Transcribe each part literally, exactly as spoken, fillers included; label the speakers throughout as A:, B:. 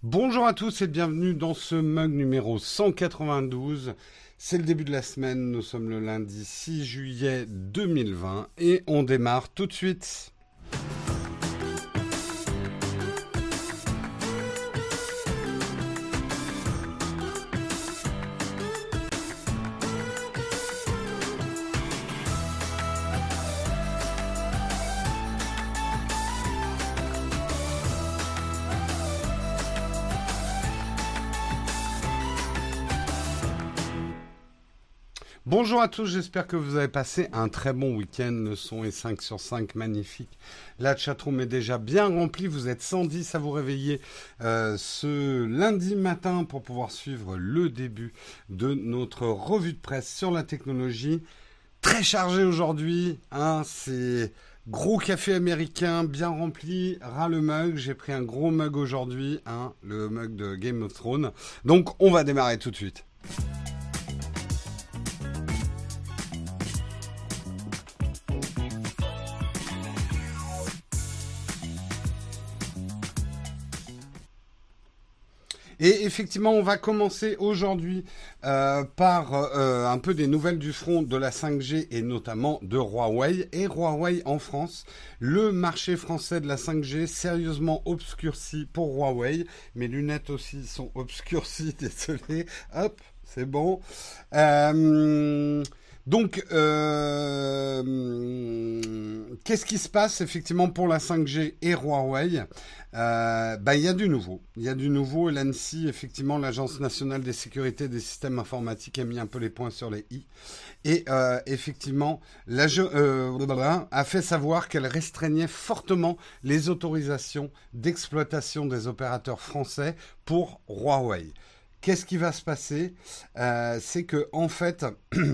A: Bonjour à tous et bienvenue dans ce mug numéro cent quatre-vingt-douze. C'est le début de la semaine, nous sommes le lundi six juillet deux mille vingt et on démarre tout de suite. Bonjour à tous, j'espère que vous avez passé un très bon week-end. Le son est cinq sur cinq, magnifique. La chatroom est déjà bien remplie, vous êtes cent dix à vous réveiller euh, ce lundi matin pour pouvoir suivre le début de notre revue de presse sur la technologie. Très chargé aujourd'hui, hein, c'est gros café américain, bien rempli, ras le mug. J'ai pris un gros mug aujourd'hui, hein, le mug de Game of Thrones. Donc on va démarrer tout de suite. Et effectivement, on va commencer aujourd'hui euh, par euh, un peu des nouvelles du front de la cinq G et notamment de Huawei. Et Huawei en France, le marché français de la cinq G sérieusement obscurci pour Huawei. Mes lunettes aussi sont obscurcies, désolé. Hop, c'est bon. Euh... Donc, euh, qu'est-ce qui se passe effectivement pour la cinq G et Huawei ? euh, ben, il y a du nouveau. Il y a du nouveau. L'ANSSI, effectivement, l'Agence nationale des sécurités des systèmes informatiques, a mis un peu les points sur les i. Et euh, effectivement, la, euh, a fait savoir qu'elle restreignait fortement les autorisations d'exploitation des opérateurs français pour Huawei. Qu'est-ce qui va se passer ? euh, C'est que, en fait...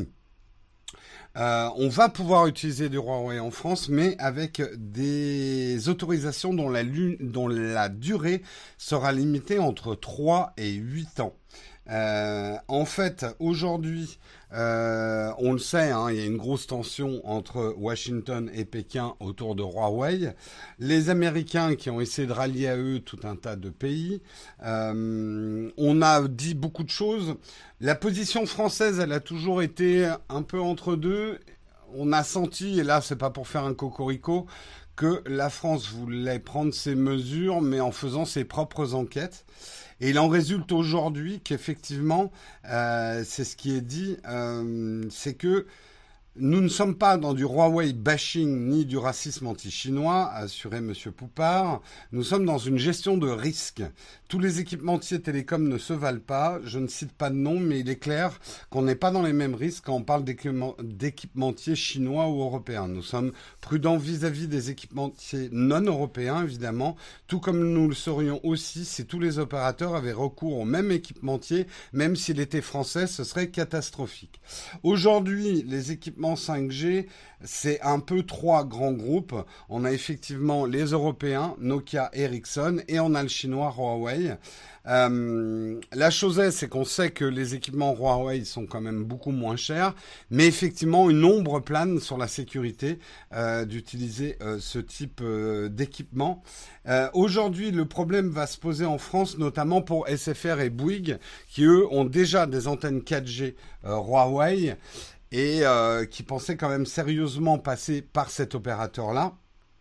A: Euh, on va pouvoir utiliser du Huawei en France, mais avec des autorisations dont la, dont la durée sera limitée entre trois et huit ans. Euh, en fait, aujourd'hui, euh, on le sait, hein, il y a une grosse tension entre Washington et Pékin autour de Huawei. Les Américains qui ont essayé de rallier à eux tout un tas de pays. Euh, on a dit beaucoup de choses. La position française, elle a toujours été un peu entre deux. On a senti, et là, c'est pas pour faire un cocorico, que la France voulait prendre ses mesures, mais en faisant ses propres enquêtes. Et il en résulte aujourd'hui qu'effectivement, euh, c'est ce qui est dit, euh, c'est que nous ne sommes pas dans du Huawei bashing ni du racisme anti-chinois, a assuré M. Poupard. Nous sommes dans une gestion de risque. Tous les équipementiers télécoms ne se valent pas. Je ne cite pas de nom, mais il est clair qu'on n'est pas dans les mêmes risques quand on parle d'équipementiers chinois ou européens. Nous sommes prudents vis-à-vis des équipementiers non européens, évidemment, tout comme nous le serions aussi si tous les opérateurs avaient recours au même équipementier, même s'il était français, ce serait catastrophique. Aujourd'hui, les équipements cinq G, c'est un peu trois grands groupes. On a effectivement les Européens, Nokia, Ericsson, et on a le chinois Huawei. Euh, la chose est, c'est qu'on sait que les équipements Huawei sont quand même beaucoup moins chers, mais effectivement, une ombre plane sur la sécurité euh, d'utiliser euh, ce type euh, d'équipement. Euh, aujourd'hui, le problème va se poser en France, notamment pour S F R et Bouygues, qui eux ont déjà des antennes quatre G euh, Huawei, et euh, qui pensaient quand même sérieusement passer par cet opérateur-là.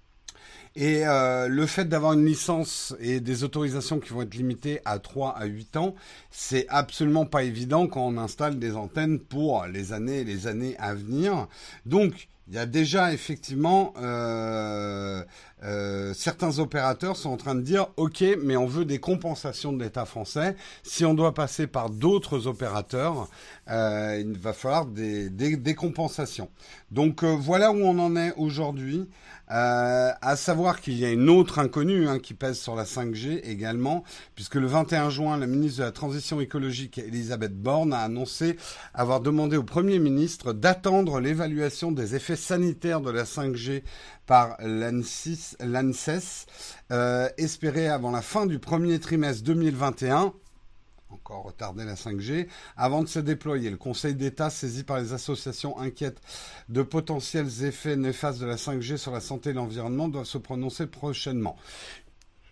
A: Et euh, le fait d'avoir une licence et des autorisations qui vont être limitées à trois à huit ans, c'est absolument pas évident quand on installe des antennes pour les années et les années à venir. Donc, il y a déjà effectivement euh, euh, certains opérateurs sont en train de dire ok, mais on veut des compensations de l'État français. Si on doit passer par d'autres opérateurs, euh, il va falloir des, des, des compensations. Donc euh, voilà où on en est aujourd'hui. Euh, à savoir qu'il y a une autre inconnue hein, qui pèse sur la cinq G également, puisque le vingt et un juin, la ministre de la Transition écologique, Elisabeth Borne, a annoncé avoir demandé au Premier ministre d'attendre l'évaluation des effets sanitaires de la cinq G par l'ANSSI, l'ANSES, euh, espérée avant la fin du premier trimestre deux mille vingt et un. Encore retarder la cinq G, avant de se déployer. Le Conseil d'État, saisi par les associations inquiètes de potentiels effets néfastes de la cinq G sur la santé et l'environnement, doit se prononcer prochainement.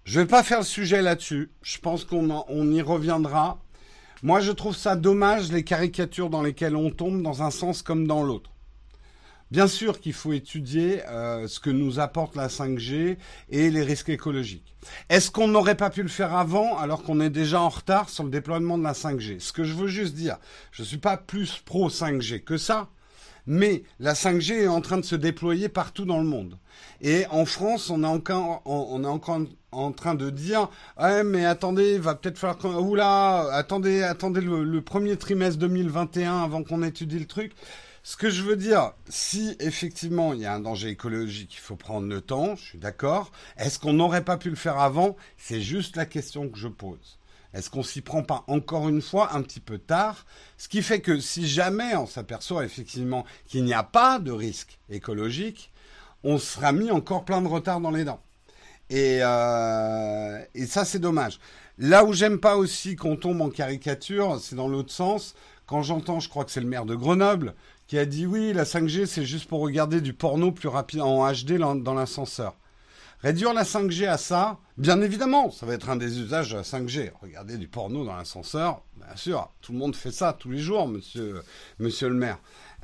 A: Je vais pas faire le sujet là-dessus. Je pense qu'on en- on y reviendra. Moi, je trouve ça dommage, les caricatures dans lesquelles on tombe, dans un sens comme dans l'autre. Bien sûr qu'il faut étudier euh, ce que nous apporte la cinq G et les risques écologiques. Est-ce qu'on n'aurait pas pu le faire avant alors qu'on est déjà en retard sur le déploiement de la cinq G? Ce que je veux juste dire, je ne suis pas plus pro cinq G que ça, mais la cinq G est en train de se déployer partout dans le monde. Et en France, on est encore, on est encore en train de dire, ouais, mais attendez, il va peut-être falloir qu'on, oula, attendez, attendez le, le premier trimestre deux mille vingt et un avant qu'on étudie le truc. Ce que je veux dire, si effectivement il y a un danger écologique, il faut prendre le temps, je suis d'accord. Est-ce qu'on n'aurait pas pu le faire avant? C'est juste la question que je pose. Est-ce qu'on s'y prend pas encore une fois un petit peu tard? Ce qui fait que si jamais on s'aperçoit effectivement qu'il n'y a pas de risque écologique, on sera mis encore plein de retard dans les dents. Et, euh, et ça, c'est dommage. Là où j'aime pas aussi qu'on tombe en caricature, c'est dans l'autre sens. Quand j'entends, je crois que c'est le maire de Grenoble, qui a dit oui, la cinq G, c'est juste pour regarder du porno plus rapide en H D dans l'ascenseur. Réduire la cinq G à ça, bien évidemment, ça va être un des usages de la cinq G. Regarder du porno dans l'ascenseur, bien sûr, tout le monde fait ça tous les jours, monsieur, monsieur le maire.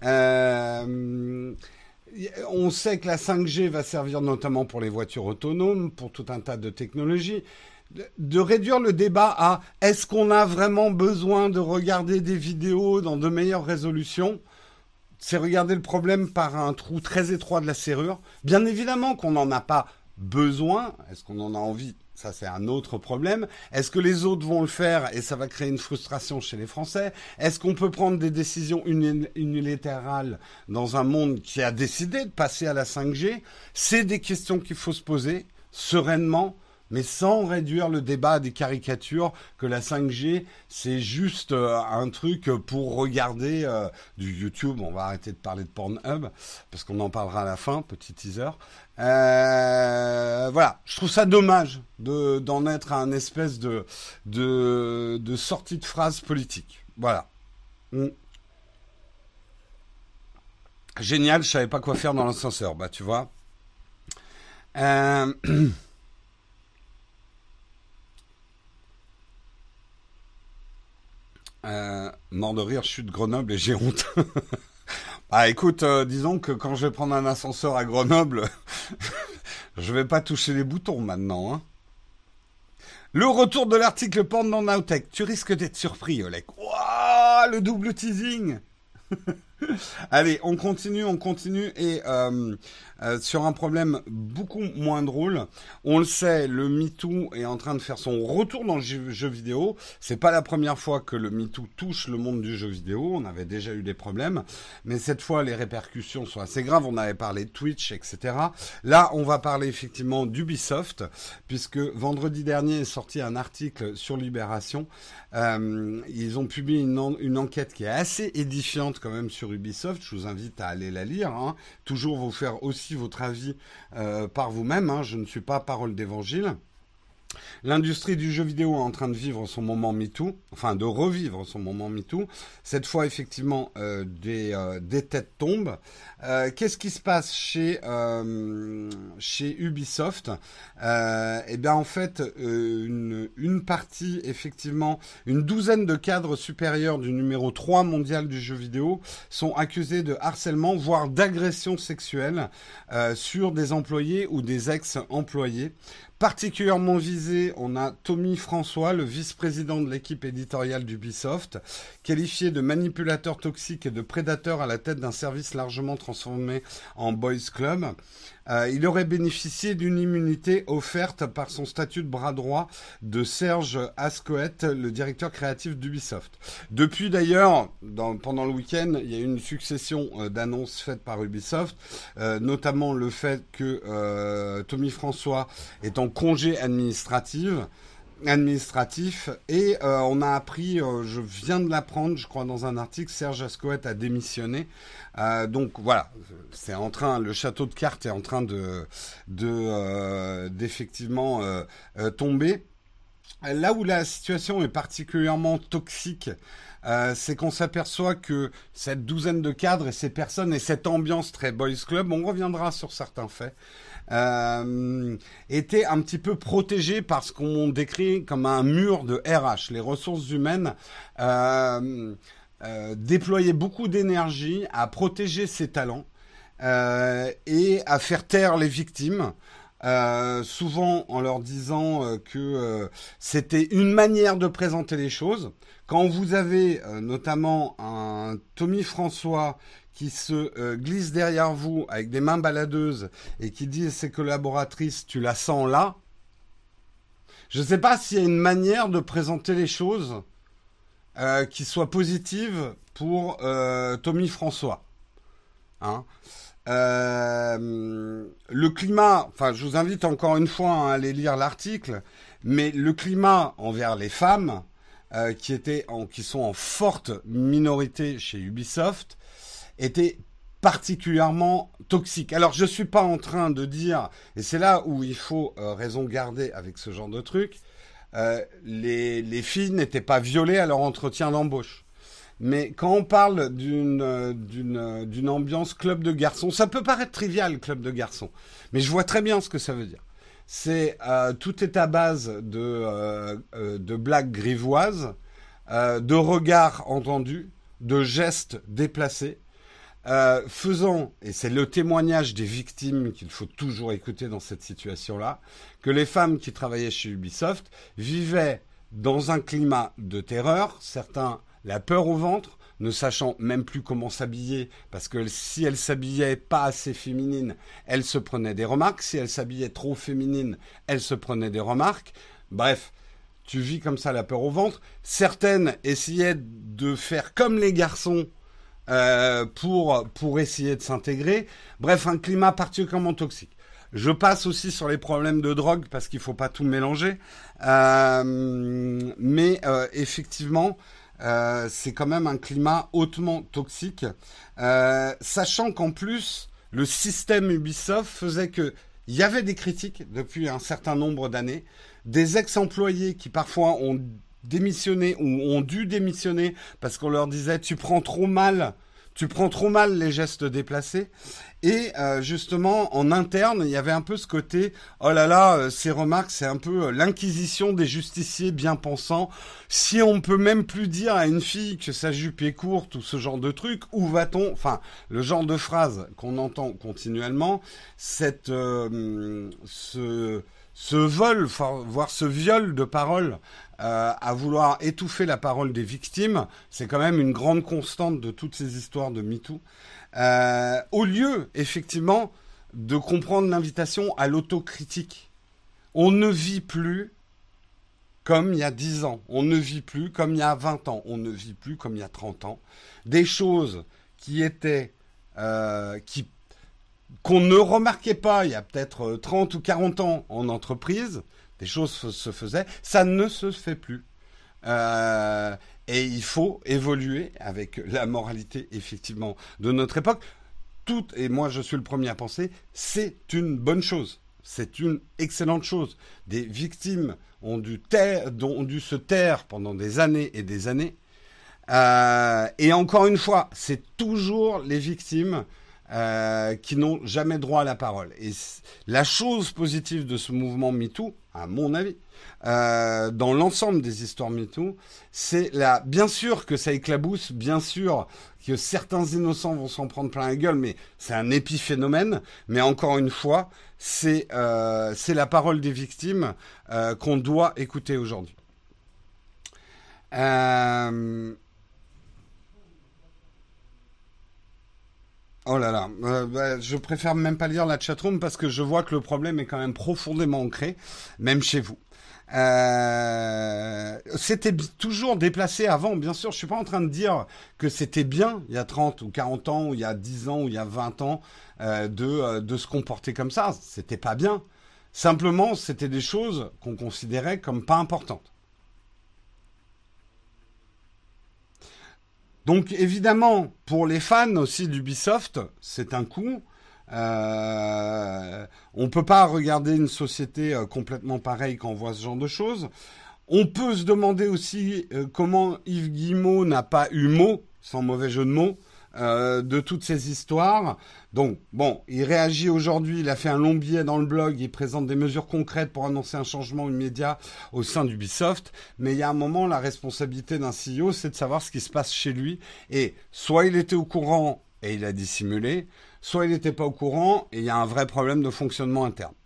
A: Euh, on sait que la cinq G va servir notamment pour les voitures autonomes, pour tout un tas de technologies. De, de réduire le débat à est-ce qu'on a vraiment besoin de regarder des vidéos dans de meilleures résolutions? C'est regarder le problème par un trou très étroit de la serrure. Bien évidemment qu'on n'en a pas besoin. Est-ce qu'on en a envie? Ça, c'est un autre problème. Est-ce que les autres vont le faire et ça va créer une frustration chez les Français? Est-ce qu'on peut prendre des décisions unilatérales dans un monde qui a décidé de passer à la cinq G? C'est des questions qu'il faut se poser sereinement, mais sans réduire le débat à des caricatures que la cinq G, c'est juste euh, un truc pour regarder euh, du YouTube. On va arrêter de parler de Pornhub, parce qu'on en parlera à la fin, petit teaser. Euh, voilà, je trouve ça dommage de, d'en être à un espèce de, de, de sortie de phrase politique. Voilà. Mm. Génial, je savais pas quoi faire dans l'ascenseur, bah tu vois. Euh... Euh, mort de rire, je suis de Grenoble et j'ai honte. Ah, écoute, euh, disons que quand je vais prendre un ascenseur à Grenoble, je vais pas toucher les boutons maintenant. Hein. Le retour de l'article porn dans Nowtech. Tu risques d'être surpris, Oleg. Waouh, le double teasing. Allez, on continue, on continue et euh, euh, sur un problème beaucoup moins drôle. On le sait, le MeToo est en train de faire son retour dans le jeu, jeu vidéo. C'est pas la première fois que le MeToo touche le monde du jeu vidéo. On avait déjà eu des problèmes, mais cette fois les répercussions sont assez graves. On avait parlé de Twitch, et cetera. Là, on va parler effectivement d'Ubisoft, puisque vendredi dernier est sorti un article sur Libération. Euh, ils ont publié une, en, une enquête qui est assez édifiante quand même sur Ubisoft. Je vous invite à aller la lire. Hein. Toujours vous faire aussi votre avis euh, par vous-même. Hein. Je ne suis pas parole d'évangile. L'industrie du jeu vidéo est en train de vivre son moment MeToo, enfin de revivre son moment MeToo. Cette fois, effectivement, euh, des, euh, des têtes tombent. Euh, qu'est-ce qui se passe chez, euh, chez Ubisoft? euh, Eh bien, en fait, euh, une, une partie, effectivement, une douzaine de cadres supérieurs du numéro trois mondial du jeu vidéo sont accusés de harcèlement, voire d'agression sexuelle euh, sur des employés ou des ex-employés. Particulièrement visé, on a Tommy François, le vice-président de l'équipe éditoriale d'Ubisoft, qualifié de manipulateur toxique et de prédateur à la tête d'un service largement transformé en boys club. Euh, il aurait bénéficié d'une immunité offerte par son statut de bras droit de Serge Ascoët, le directeur créatif d'Ubisoft. Depuis d'ailleurs, dans, pendant le week-end, il y a eu une succession euh, d'annonces faites par Ubisoft, euh, notamment le fait que euh, Tommy François est en congé administratif. administratif et euh, on a appris, euh, je viens de l'apprendre, je crois dans un article, Serge Ascoët a démissionné. Euh, donc voilà, c'est en train, le château de cartes est en train de, de euh, d'effectivement euh, euh, tomber. Là où la situation est particulièrement toxique, euh, c'est qu'on s'aperçoit que cette douzaine de cadres et ces personnes et cette ambiance très boys club, on reviendra sur certains faits, euh, étaient un petit peu protégés par ce qu'on décrit comme un mur de R H. Les ressources humaines euh, euh, déployaient beaucoup d'énergie à protéger ces talents euh, et à faire taire les victimes. Euh, souvent en leur disant euh, que euh, c'était une manière de présenter les choses. Quand vous avez euh, notamment un Tommy François qui se euh, glisse derrière vous avec des mains baladeuses et qui dit à ses collaboratrices « tu la sens là », je ne sais pas s'il y a une manière de présenter les choses euh, qui soit positive pour euh, Tommy François. Hein Euh, le climat, enfin, je vous invite encore une fois hein, à aller lire l'article, mais le climat envers les femmes, euh, qui étaient, en, qui sont en forte minorité chez Ubisoft, était particulièrement toxique. Alors, je suis pas en train de dire, et c'est là où il faut euh, raison garder avec ce genre de truc, euh, les, les filles n'étaient pas violées à leur entretien d'embauche. Mais quand on parle d'une, d'une, d'une ambiance club de garçons, ça peut paraître trivial, club de garçons, mais je vois très bien ce que ça veut dire. C'est euh, tout est à base de, euh, euh, de blagues grivoises, euh, de regards entendus, de gestes déplacés, euh, faisant, et c'est le témoignage des victimes qu'il faut toujours écouter dans cette situation-là, que les femmes qui travaillaient chez Ubisoft vivaient dans un climat de terreur, certains la peur au ventre, ne sachant même plus comment s'habiller, parce que si elle s'habillait pas assez féminine, elle se prenait des remarques. Si elle s'habillait trop féminine, elle se prenait des remarques. Bref, tu vis comme ça la peur au ventre. Certaines essayaient de faire comme les garçons euh, pour, pour essayer de s'intégrer. Bref, un climat particulièrement toxique. Je passe aussi sur les problèmes de drogue, parce qu'il faut pas tout mélanger. Euh, mais euh, effectivement... Euh, c'est quand même un climat hautement toxique, euh, sachant qu'en plus, le système Ubisoft faisait que il y avait des critiques depuis un certain nombre d'années, des ex-employés qui parfois ont démissionné ou ont dû démissionner parce qu'on leur disait « tu prends trop mal ». Tu prends trop mal les gestes déplacés. Et euh, justement, en interne, il y avait un peu ce côté « Oh là là, euh, ces remarques, c'est un peu euh, l'inquisition des justiciers bien pensants. Si on peut même plus dire à une fille que sa jupe est courte ou ce genre de truc, où va-t-on » Enfin, le genre de phrase qu'on entend continuellement, cette, euh, ce, ce vol, voire ce viol de parole Euh, à vouloir étouffer la parole des victimes, c'est quand même une grande constante de toutes ces histoires de MeToo. Euh, au lieu, effectivement, de comprendre l'invitation à l'autocritique. On ne vit plus comme il y a dix ans. On ne vit plus comme il y a vingt ans. On ne vit plus comme il y a trente ans. Des choses qui étaient... Euh, qui, qu'on ne remarquait pas il y a peut-être trente ou quarante ans en entreprise... Des choses se faisaient, ça ne se fait plus. Euh, et il faut évoluer avec la moralité, effectivement, de notre époque. Tout, et moi je suis le premier à penser, c'est une bonne chose. C'est une excellente chose. Des victimes ont dû, taire, ont dû se taire pendant des années et des années. Euh, et encore une fois, c'est toujours les victimes Euh, qui n'ont jamais droit à la parole. Et la chose positive de ce mouvement MeToo, à mon avis, euh, dans l'ensemble des histoires MeToo, c'est la... Bien sûr que ça éclabousse, bien sûr que certains innocents vont s'en prendre plein la gueule, mais c'est un épiphénomène. Mais encore une fois, c'est, euh, c'est la parole des victimes euh, qu'on doit écouter aujourd'hui. Euh... Oh là là, euh, bah, je préfère même pas lire la chatroom parce que je vois que le problème est quand même profondément ancré, même chez vous. Euh, c'était b- toujours déplacé avant, bien sûr. Je suis pas en train de dire que c'était bien il y a trente ou quarante ans, ou il y a dix ans, ou il y a vingt ans, euh, de, euh, de se comporter comme ça. C'était pas bien. Simplement, c'était des choses qu'on considérait comme pas importantes. Donc évidemment, pour les fans aussi d'Ubisoft, c'est un coup. Euh, on peut pas regarder une société euh, complètement pareille quand on voit ce genre de choses. On peut se demander aussi euh, comment Yves Guillemot n'a pas eu mot, sans mauvais jeu de mots, euh, de toutes ces histoires. Donc, bon, il réagit aujourd'hui, il a fait un long billet dans le blog, il présente des mesures concrètes pour annoncer un changement immédiat au sein d'Ubisoft, mais il y a un moment, la responsabilité d'un C E O, c'est de savoir ce qui se passe chez lui, et soit il était au courant et il a dissimulé, soit il n'était pas au courant et il y a un vrai problème de fonctionnement interne.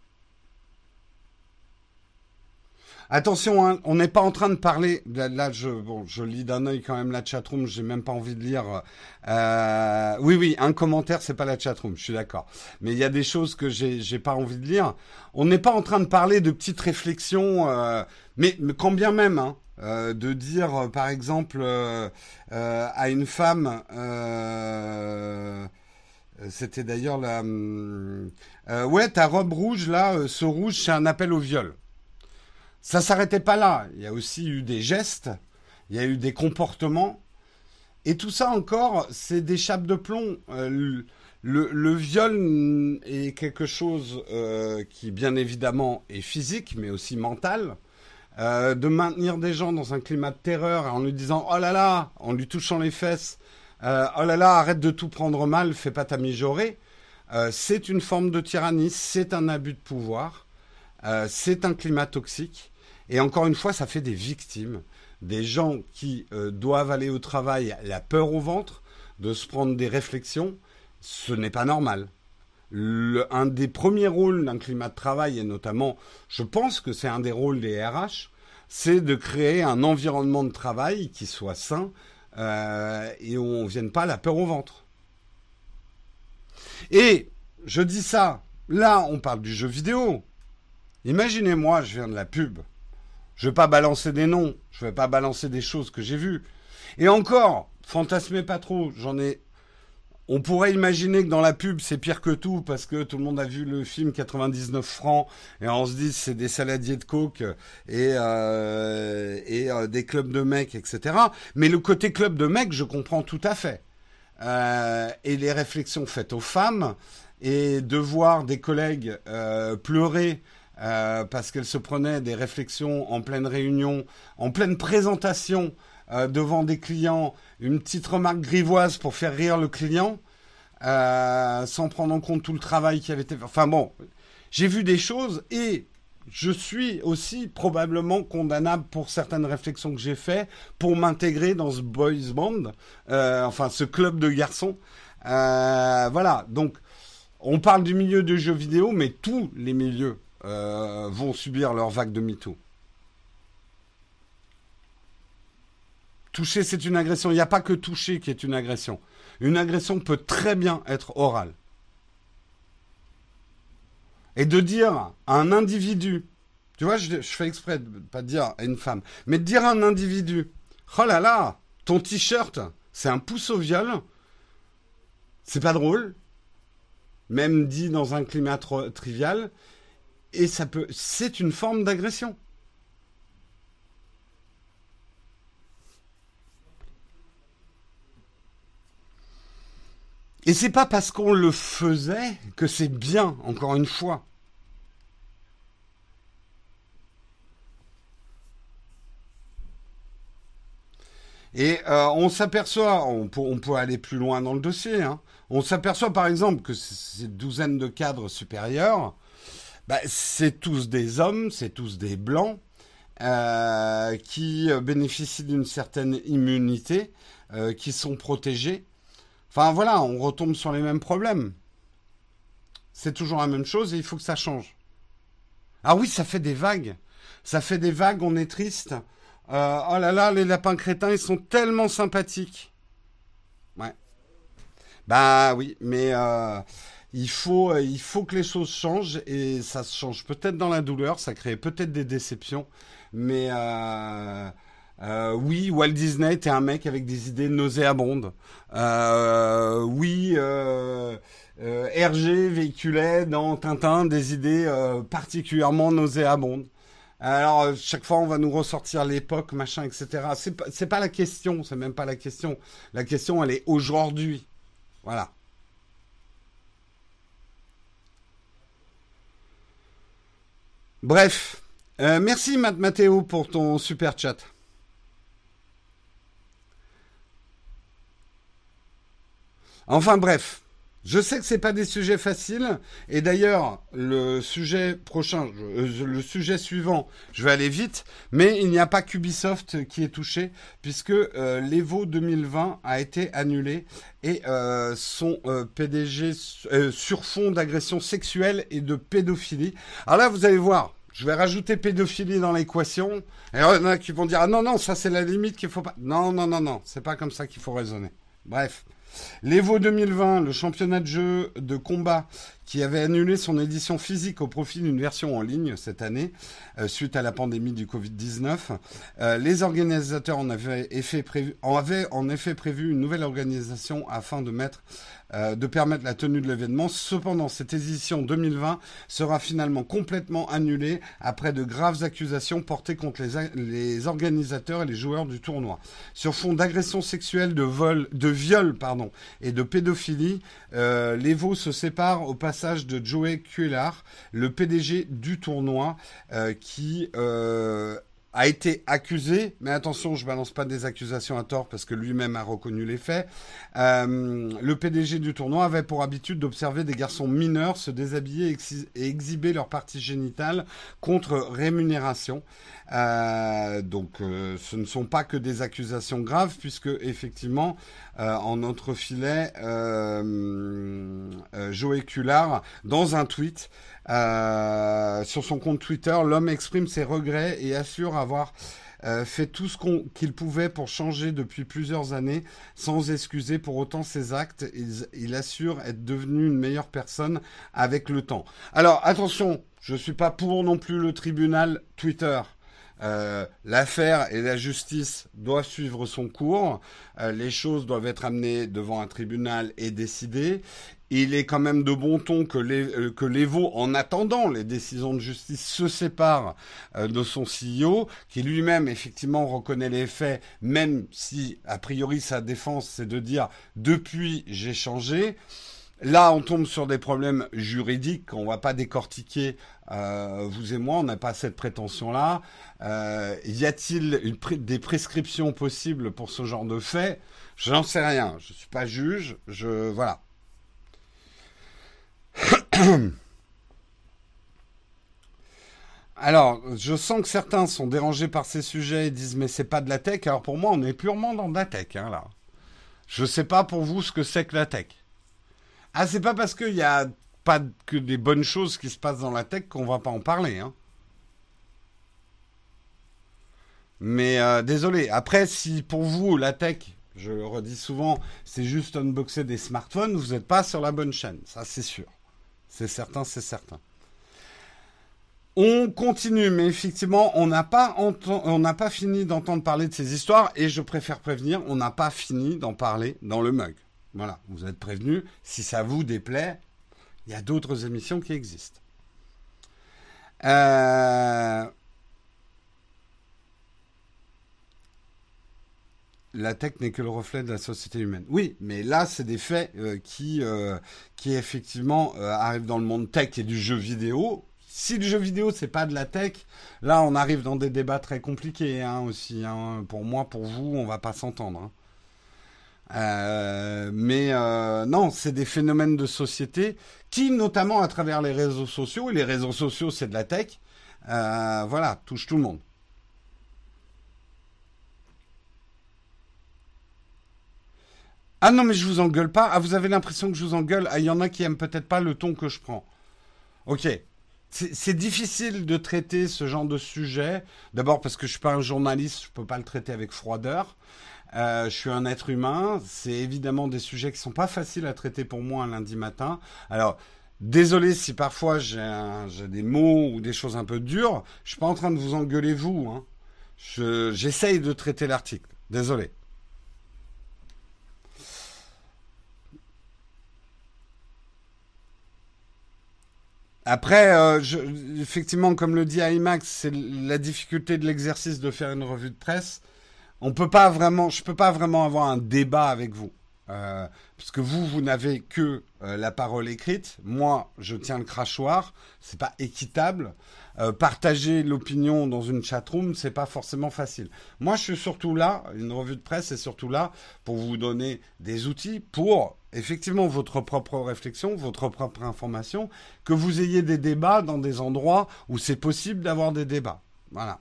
A: Attention, hein, on n'est pas en train de parler. Là, là, je, bon, je lis d'un œil quand même la chatroom. J'ai même pas envie de lire. Euh, oui, oui, un commentaire, c'est pas la chatroom. Je suis d'accord. Mais il y a des choses que j'ai, j'ai pas envie de lire. On n'est pas en train de parler de petites réflexions, euh, mais, mais quand bien même, hein, euh, de dire, euh, par exemple, euh, euh, à une femme. Euh, c'était d'ailleurs la. Euh, ouais, ta robe rouge là, euh, ce rouge, c'est un appel au viol. Ça s'arrêtait pas là. Il y a aussi eu des gestes, il y a eu des comportements. Et tout ça encore, c'est des chapes de plomb. Euh, le, le, le viol est quelque chose euh, qui, bien évidemment, est physique, mais aussi mental. Euh, de maintenir des gens dans un climat de terreur en lui disant « Oh là là !» en lui touchant les fesses. Euh, « Oh là là, arrête de tout prendre mal, fais pas ta mijaurée. Euh, » c'est une forme de tyrannie, c'est un abus de pouvoir, euh, c'est un climat toxique. Et encore une fois, ça fait des victimes, des gens qui euh, doivent aller au travail, la peur au ventre, de se prendre des réflexions. Ce n'est pas normal. Le, un des premiers rôles d'un climat de travail, et notamment, je pense que c'est un des rôles des R H, c'est de créer un environnement de travail qui soit sain euh, et où on ne vienne pas la peur au ventre. Et je dis ça, là, on parle du jeu vidéo. Imaginez-moi, je viens de la pub. Je ne vais pas balancer des noms, je ne vais pas balancer des choses que j'ai vues. Et encore, fantasmez pas trop, j'en ai... On pourrait imaginer que dans la pub, c'est pire que tout, parce que tout le monde a vu le film quatre-vingt-dix-neuf francs, et on se dit c'est des saladiers de coke, et, euh, et euh, des clubs de mecs, et cetera. Mais le côté club de mecs, je comprends tout à fait. Euh, et les réflexions faites aux femmes, et de voir des collègues euh, pleurer, Euh, parce qu'elle se prenait des réflexions en pleine réunion, en pleine présentation euh, devant des clients, une petite remarque grivoise pour faire rire le client, euh, sans prendre en compte tout le travail qui avait été fait. Enfin bon, j'ai vu des choses et je suis aussi probablement condamnable pour certaines réflexions que j'ai faites pour m'intégrer dans ce boys band, euh, enfin ce club de garçons. Euh, voilà, donc on parle du milieu du jeu vidéo, mais tous les milieux Euh, vont subir leur vague de MeToo. Toucher, c'est une agression. Il n'y a pas que toucher qui est une agression. Une agression peut très bien être orale. Et de dire à un individu, tu vois, je, je fais exprès de ne pas dire à une femme, mais de dire à un individu, oh là là, ton t-shirt, c'est un pouce au viol, c'est pas drôle, même dit dans un climat trop trivial. Et ça peut, c'est une forme d'agression. Et c'est pas parce qu'on le faisait que c'est bien, encore une fois. Et euh, on s'aperçoit, on peut, on peut aller plus loin dans le dossier, hein. On s'aperçoit par exemple que ces douzaines de cadres supérieurs, bah, c'est tous des hommes, c'est tous des blancs euh, qui bénéficient d'une certaine immunité, euh, qui sont protégés. Enfin voilà, on retombe sur les mêmes problèmes. C'est toujours la même chose et il faut que ça change. Ah oui, ça fait des vagues. Ça fait des vagues, on est triste. Euh, oh là là, les lapins crétins, ils sont tellement sympathiques. Ouais. Bah oui, mais... Euh, Il faut, il faut que les choses changent et ça se change peut-être dans la douleur, ça crée peut-être des déceptions, mais euh, euh, oui, Walt Disney était un mec avec des idées nauséabondes. Euh, oui, euh, euh, Hergé véhiculait dans Tintin des idées euh, particulièrement nauséabondes. Alors chaque fois on va nous ressortir l'époque, machin, et cetera. C'est pas, c'est pas la question, c'est même pas la question. La question elle est aujourd'hui, voilà. Bref, euh, merci Matt Mathéo pour ton super chat. Enfin bref, je sais que c'est pas des sujets faciles. Et d'ailleurs, le sujet prochain, je- le sujet suivant, je vais aller vite. Mais il n'y a pas qu'Ubisoft qui est touché, puisque euh, l'Evo deux mille vingt a été annulé et euh, son euh, P D G euh, sur fond d'agression sexuelle et de pédophilie. Alors là, vous allez voir. Je vais rajouter pédophilie dans l'équation. Et il y en a qui vont dire, ah non, non, ça c'est la limite qu'il faut pas. Non, non, non, non, c'est pas comme ça qu'il faut raisonner. Bref. L'Evo deux mille vingt, le championnat de jeu de combat qui avait annulé son édition physique au profit d'une version en ligne cette année, euh, suite à la pandémie du covid dix-neuf, euh, les organisateurs en avaient, effet prévu, en avaient en effet prévu une nouvelle organisation afin de mettre euh, de permettre la tenue de l'événement. Cependant, cette édition deux mille vingt sera finalement complètement annulée après de graves accusations portées contre les, les organisateurs et les joueurs du tournoi. Sur fond d'agression sexuelle, de vol, de viol, pardon, et de pédophilie, euh, l'Evo se sépare au passage de Joey Cuellar, le P D G du tournoi, euh, qui euh, a été accusé, mais attention, je balance pas des accusations à tort parce que lui-même a reconnu les faits. Euh, le P D G du tournoi avait pour habitude d'observer des garçons mineurs se déshabiller et exhiber leurs parties génitales contre rémunération. Euh, donc, euh, ce ne sont pas que des accusations graves, puisque effectivement, euh, en notre filet, euh, euh, Joey Cuellar, dans un tweet, euh, sur son compte Twitter, l'homme exprime ses regrets et assure avoir euh, fait tout ce qu'on, qu'il pouvait pour changer depuis plusieurs années, sans excuser pour autant ses actes. Il, il assure être devenu une meilleure personne avec le temps. Alors, attention, je ne suis pas pour non plus le tribunal Twitter. Euh, l'affaire et la justice doivent suivre son cours. Euh, les choses doivent être amenées devant un tribunal et décidées. Il est quand même de bon ton que les, euh, que l'Evo, en attendant les décisions de justice, se sépare euh, de son C E O, qui lui-même, effectivement, reconnaît les faits, même si, a priori, sa défense, c'est de dire « depuis, j'ai changé ». Là, on tombe sur des problèmes juridiques qu'on ne va pas décortiquer, euh, vous et moi, on n'a pas cette prétention-là. Euh, y a-t-il une pr- des prescriptions possibles pour ce genre de fait ? J'en sais rien, je ne suis pas juge, je... voilà. Alors, je sens que certains sont dérangés par ces sujets et disent « mais c'est pas de la tech ». Alors pour moi, on est purement dans de la tech, hein, là. Je ne sais pas pour vous ce que c'est que la tech. Ah, c'est pas parce qu'il n'y a pas que des bonnes choses qui se passent dans la tech qu'on va pas en parler, hein. Mais euh, désolé. Après, si pour vous, la tech, je le redis souvent, c'est juste unboxer des smartphones, vous n'êtes pas sur la bonne chaîne. Ça, c'est sûr. C'est certain, c'est certain. On continue, mais effectivement, on n'a pas, enten- on n'a pas fini d'entendre parler de ces histoires, et je préfère prévenir, on n'a pas fini d'en parler dans le mug. Voilà, vous êtes prévenus. Si ça vous déplaît, il y a d'autres émissions qui existent. Euh... La tech n'est que le reflet de la société humaine. Oui, mais là, c'est des faits euh, qui, euh, qui effectivement euh, arrivent dans le monde tech et du jeu vidéo. Si le jeu vidéo, c'est pas de la tech, là, on arrive dans des débats très compliqués, hein, aussi. Hein. Pour moi, pour vous, on va pas s'entendre. Hein. Euh, mais euh, non, c'est des phénomènes de société qui, notamment à travers les réseaux sociaux, et les réseaux sociaux, c'est de la tech, euh, voilà, touchent tout le monde. Ah non, mais je vous engueule pas. Ah, vous avez l'impression que je vous engueule. Ah, il y en a qui aiment peut-être pas le ton que je prends. Ok. C'est, c'est difficile de traiter ce genre de sujet. D'abord parce que je suis pas un journaliste, je peux pas le traiter avec froideur. Euh, je suis un être humain. C'est évidemment des sujets qui sont pas faciles à traiter pour moi un lundi matin. Alors, désolé si parfois j'ai, un- j'ai des mots ou des choses un peu dures. Je suis pas en train de vous engueuler vous. Hein. Je, j'essaye de traiter l'article. Désolé. Après, euh, je, effectivement, comme le dit IMAX, c'est la difficulté de l'exercice de faire une revue de presse. On peut pas vraiment, je peux pas vraiment avoir un débat avec vous. Euh, parce que vous, vous n'avez que euh, la parole écrite. Moi, je tiens le crachoir. C'est pas équitable. Euh, partager l'opinion dans une chatroom, c'est pas forcément facile. Moi, je suis surtout là. Une revue de presse est surtout là pour vous donner des outils pour effectivement votre propre réflexion, votre propre information, que vous ayez des débats dans des endroits où c'est possible d'avoir des débats. Voilà.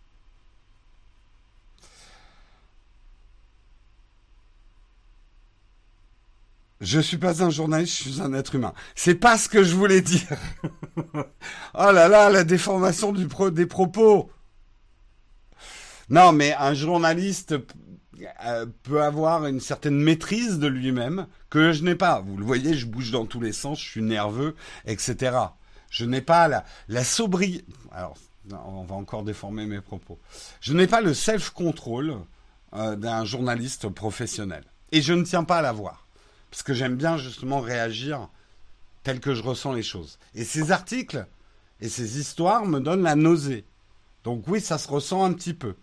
A: Je suis pas un journaliste, je suis un être humain. C'est pas ce que je voulais dire. Oh là là, la déformation du pro- des propos. Non, mais un journaliste euh, peut avoir une certaine maîtrise de lui-même que je n'ai pas. Vous le voyez, je bouge dans tous les sens, je suis nerveux, et cetera. Je n'ai pas la, la sobriété. Alors, non, on va encore déformer mes propos. Je n'ai pas le self-control euh, d'un journaliste professionnel. Et je ne tiens pas à l'avoir. Parce que j'aime bien justement réagir tel que je ressens les choses. Et ces articles et ces histoires me donnent la nausée. Donc oui, ça se ressent un petit peu.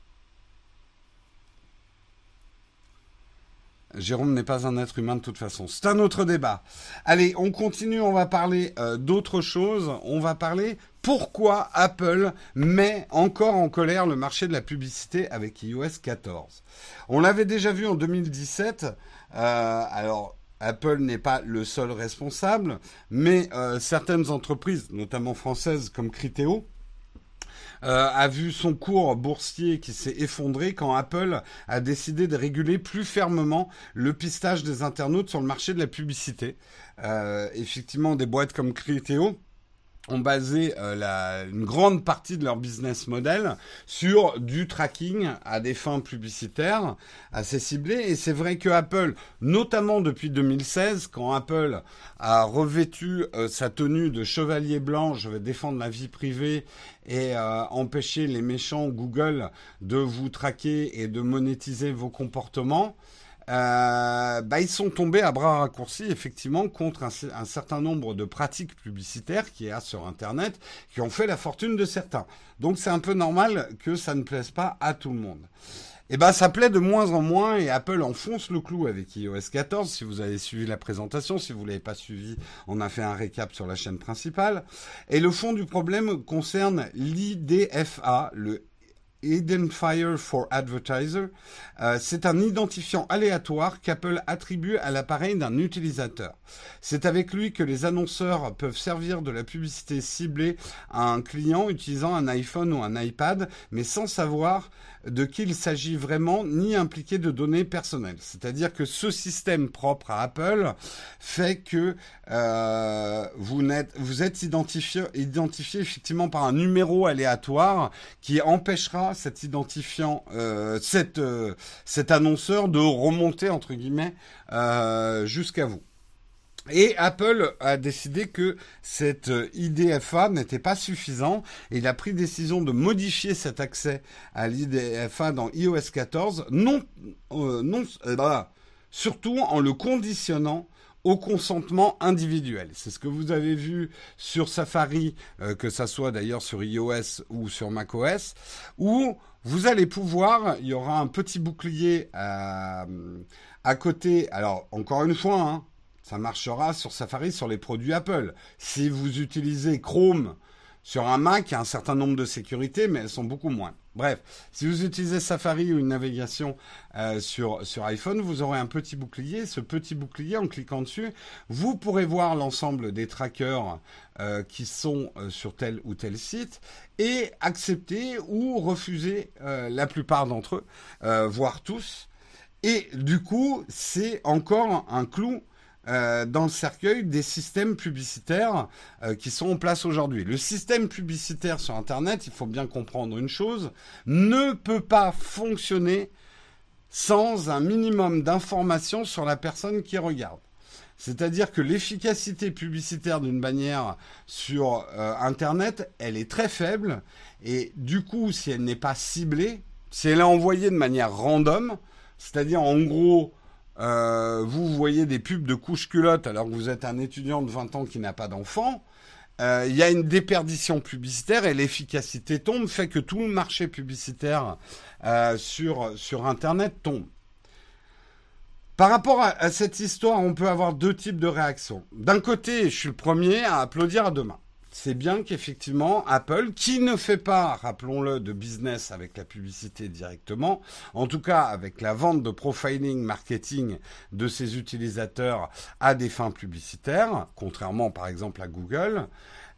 A: Jérôme n'est pas un être humain de toute façon. C'est un autre débat. Allez, on continue, on va parler euh, d'autres choses. On va parler pourquoi Apple met encore en colère le marché de la publicité avec i O S quatorze. On l'avait déjà vu en deux mille dix-sept. Euh, alors, Apple n'est pas le seul responsable, mais euh, certaines entreprises, notamment françaises comme Criteo, euh, a vu son cours boursier qui s'est effondré quand Apple a décidé de réguler plus fermement le pistage des internautes sur le marché de la publicité. Euh, effectivement, des boîtes comme Criteo ont basé euh, la, une grande partie de leur business model sur du tracking à des fins publicitaires assez ciblées. Et c'est vrai que Apple, notamment depuis deux mille seize, quand Apple a revêtu euh, sa tenue de chevalier blanc, je vais défendre la vie privée et euh, empêcher les méchants Google de vous traquer et de monétiser vos comportements, Euh, bah, ils sont tombés à bras raccourcis effectivement contre un, un certain nombre de pratiques publicitaires qu'il y a sur Internet qui ont fait la fortune de certains. Donc c'est un peu normal que ça ne plaise pas à tout le monde. Et ben ça plaît de moins en moins et Apple enfonce le clou avec i O S quatorze. Si vous avez suivi la présentation, si vous l'avez pas suivi, on a fait un récap sur la chaîne principale. Et le fond du problème concerne l'I D F A, le Identifier for Advertiser, euh, c'est un identifiant aléatoire qu'Apple attribue à l'appareil d'un utilisateur. C'est avec lui que les annonceurs peuvent servir de la publicité ciblée à un client utilisant un iPhone ou un iPad, mais sans savoir de qui il s'agit vraiment, ni impliquer de données personnelles. C'est-à-dire que ce système propre à Apple fait que euh, vous, n'êtes, vous êtes identifié, identifié effectivement par un numéro aléatoire qui empêchera cet identifiant, euh, cet, euh, cet annonceur de remonter entre guillemets euh, jusqu'à vous. Et Apple a décidé que cette I D F A n'était pas suffisant et il a pris décision de modifier cet accès à l'I D F A dans i O S quatorze, non, euh, non, euh, bah, surtout en le conditionnant au consentement individuel. C'est ce que vous avez vu sur Safari, euh, que ça soit d'ailleurs sur iOS ou sur macOS, où vous allez pouvoir, il y aura un petit bouclier à, à côté. Alors, encore une fois, hein, ça marchera sur Safari, sur les produits Apple. Si vous utilisez Chrome sur un Mac, il y a un certain nombre de sécurités, mais elles sont beaucoup moins. Bref, si vous utilisez Safari ou une navigation euh, sur, sur iPhone, vous aurez un petit bouclier. Ce petit bouclier, en cliquant dessus, vous pourrez voir l'ensemble des trackers euh, qui sont euh, sur tel ou tel site et accepter ou refuser euh, la plupart d'entre eux, euh, voire tous. Et du coup, c'est encore un clou Euh, dans le cercueil des systèmes publicitaires euh, qui sont en place aujourd'hui. Le système publicitaire sur Internet, il faut bien comprendre une chose, ne peut pas fonctionner sans un minimum d'informations sur la personne qui regarde. C'est-à-dire que l'efficacité publicitaire d'une bannière sur euh, Internet, elle est très faible et du coup, si elle n'est pas ciblée, si elle est envoyée de manière random, c'est-à-dire en gros, Euh, vous voyez des pubs de couche-culotte alors que vous êtes un étudiant de vingt ans qui n'a pas d'enfant, euh, il y a une déperdition publicitaire et l'efficacité tombe, fait que tout le marché publicitaire euh, sur, sur Internet tombe. Par rapport à, à cette histoire, on peut avoir deux types de réactions. D'un côté, je suis le premier à applaudir à deux mains. C'est bien qu'effectivement, Apple, qui ne fait pas, rappelons-le, de business avec la publicité directement, en tout cas avec la vente de profiling marketing de ses utilisateurs à des fins publicitaires, contrairement par exemple à Google,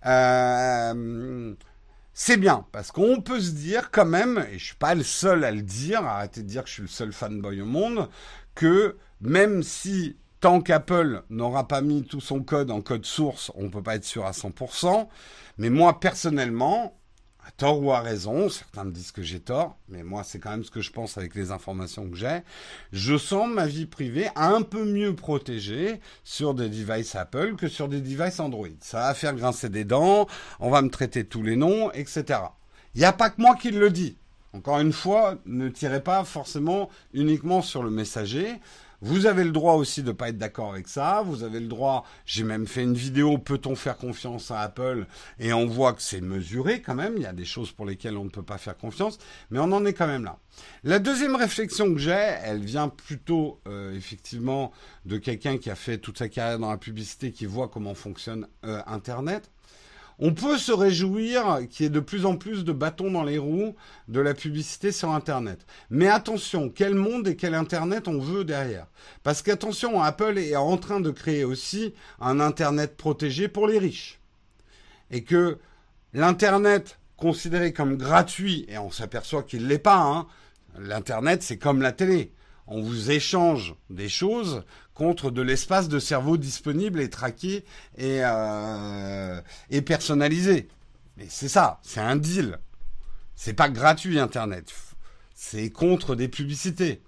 A: euh, c'est bien, parce qu'on peut se dire quand même, et je suis pas le seul à le dire, arrêtez de dire que je suis le seul fanboy au monde, que même si tant qu'Apple n'aura pas mis tout son code en code source, on ne peut pas être sûr à cent pour cent. Mais moi, personnellement, à tort ou à raison, certains me disent que j'ai tort, mais moi, c'est quand même ce que je pense avec les informations que j'ai, je sens ma vie privée un peu mieux protégée sur des devices Apple que sur des devices Android. Ça va faire grincer des dents, on va me traiter de tous les noms, et cetera. Il n'y a pas que moi qui le dis. Encore une fois, ne tirez pas forcément uniquement sur le messager. Vous avez le droit aussi de ne pas être d'accord avec ça. Vous avez le droit, j'ai même fait une vidéo, peut-on faire confiance à Apple? Et on voit que c'est mesuré quand même. Il y a des choses pour lesquelles on ne peut pas faire confiance. Mais on en est quand même là. La deuxième réflexion que j'ai, elle vient plutôt euh, effectivement de quelqu'un qui a fait toute sa carrière dans la publicité, qui voit comment fonctionne euh, Internet. On peut se réjouir qu'il y ait de plus en plus de bâtons dans les roues de la publicité sur Internet. Mais attention, quel monde et quel Internet on veut derrière? Parce qu'attention, Apple est en train de créer aussi un Internet protégé pour les riches. Et que l'Internet considéré comme gratuit, et on s'aperçoit qu'il ne l'est pas, hein, l'Internet c'est comme la télé. On vous échange des choses contre de l'espace de cerveau disponible et traqué et, euh, et personnalisé. Mais c'est ça, c'est un deal. C'est pas gratuit Internet. C'est contre des publicités.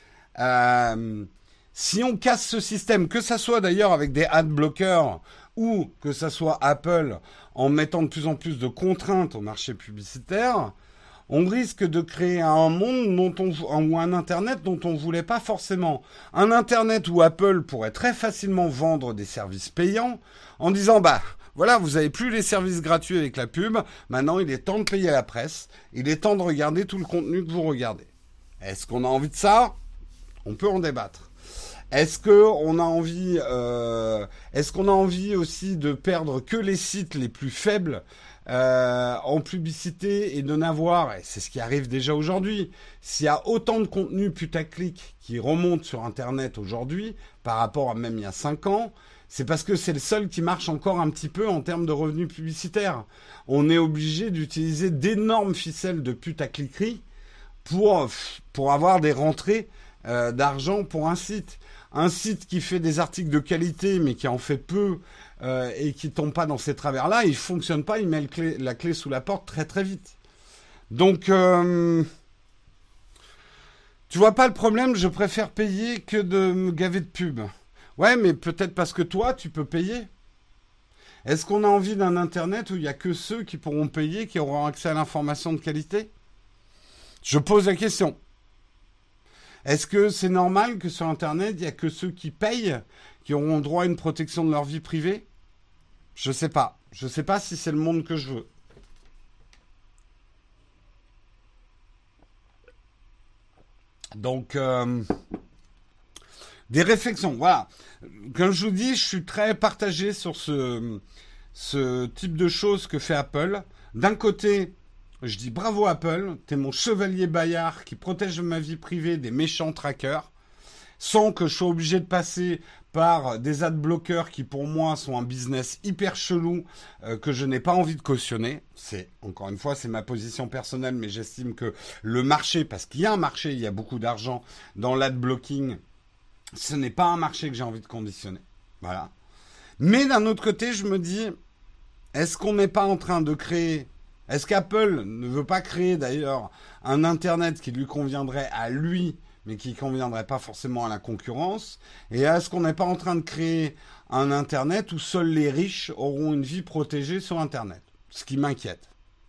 A: Euh, si on casse ce système, que ça soit d'ailleurs avec des ad blockers ou que ça soit Apple en mettant de plus en plus de contraintes au marché publicitaire, on risque de créer un monde dont on, ou un Internet dont on ne voulait pas forcément. Un Internet où Apple pourrait très facilement vendre des services payants en disant, bah, voilà, vous n'avez plus les services gratuits avec la pub, maintenant il est temps de payer la presse, il est temps de regarder tout le contenu que vous regardez. Est-ce qu'on a envie de ça? On peut en débattre. Est-ce qu'on a envie, euh, est-ce qu'on a envie aussi de perdre que les sites les plus faibles Euh, en publicité et de n'avoir, et c'est ce qui arrive déjà aujourd'hui, s'il y a autant de contenu putaclic qui remonte sur Internet aujourd'hui, par rapport à même il y a cinq ans, c'est parce que c'est le seul qui marche encore un petit peu en termes de revenus publicitaires. On est obligé d'utiliser d'énormes ficelles de putacliquerie pour, pour avoir des rentrées euh, d'argent pour un site. Un site qui fait des articles de qualité mais qui en fait peu euh, et qui tombe pas dans ces travers-là, il fonctionne pas, il met le clé, la clé sous la porte très très vite. Donc, euh, tu vois pas le problème, je préfère payer que de me gaver de pub. Ouais, mais peut-être parce que toi, tu peux payer. Est-ce qu'on a envie d'un Internet où il y a que ceux qui pourront payer, qui auront accès à l'information de qualité? Je pose la question. Est-ce que c'est normal que sur Internet, il n'y a que ceux qui payent qui auront droit à une protection de leur vie privée? Je sais pas. Je sais pas si c'est le monde que je veux. Donc, euh, des réflexions. Voilà. Comme je vous dis, je suis très partagé sur ce, ce type de choses que fait Apple. D'un côté, je dis bravo Apple, t'es mon chevalier Bayard qui protège ma vie privée des méchants trackers, sans que je sois obligé de passer par des ad bloqueurs qui pour moi sont un business hyper chelou euh, que je n'ai pas envie de cautionner. C'est, encore une fois, c'est ma position personnelle, mais j'estime que le marché, parce qu'il y a un marché, il y a beaucoup d'argent dans l'ad blocking, ce n'est pas un marché que j'ai envie de conditionner. Voilà. Mais d'un autre côté, je me dis, est-ce qu'on n'est pas en train de créer... Est-ce qu'Apple ne veut pas créer d'ailleurs un Internet qui lui conviendrait à lui, mais qui ne conviendrait pas forcément à la concurrence? Et est-ce qu'on n'est pas en train de créer un Internet où seuls les riches auront une vie protégée sur Internet? Ce qui m'inquiète.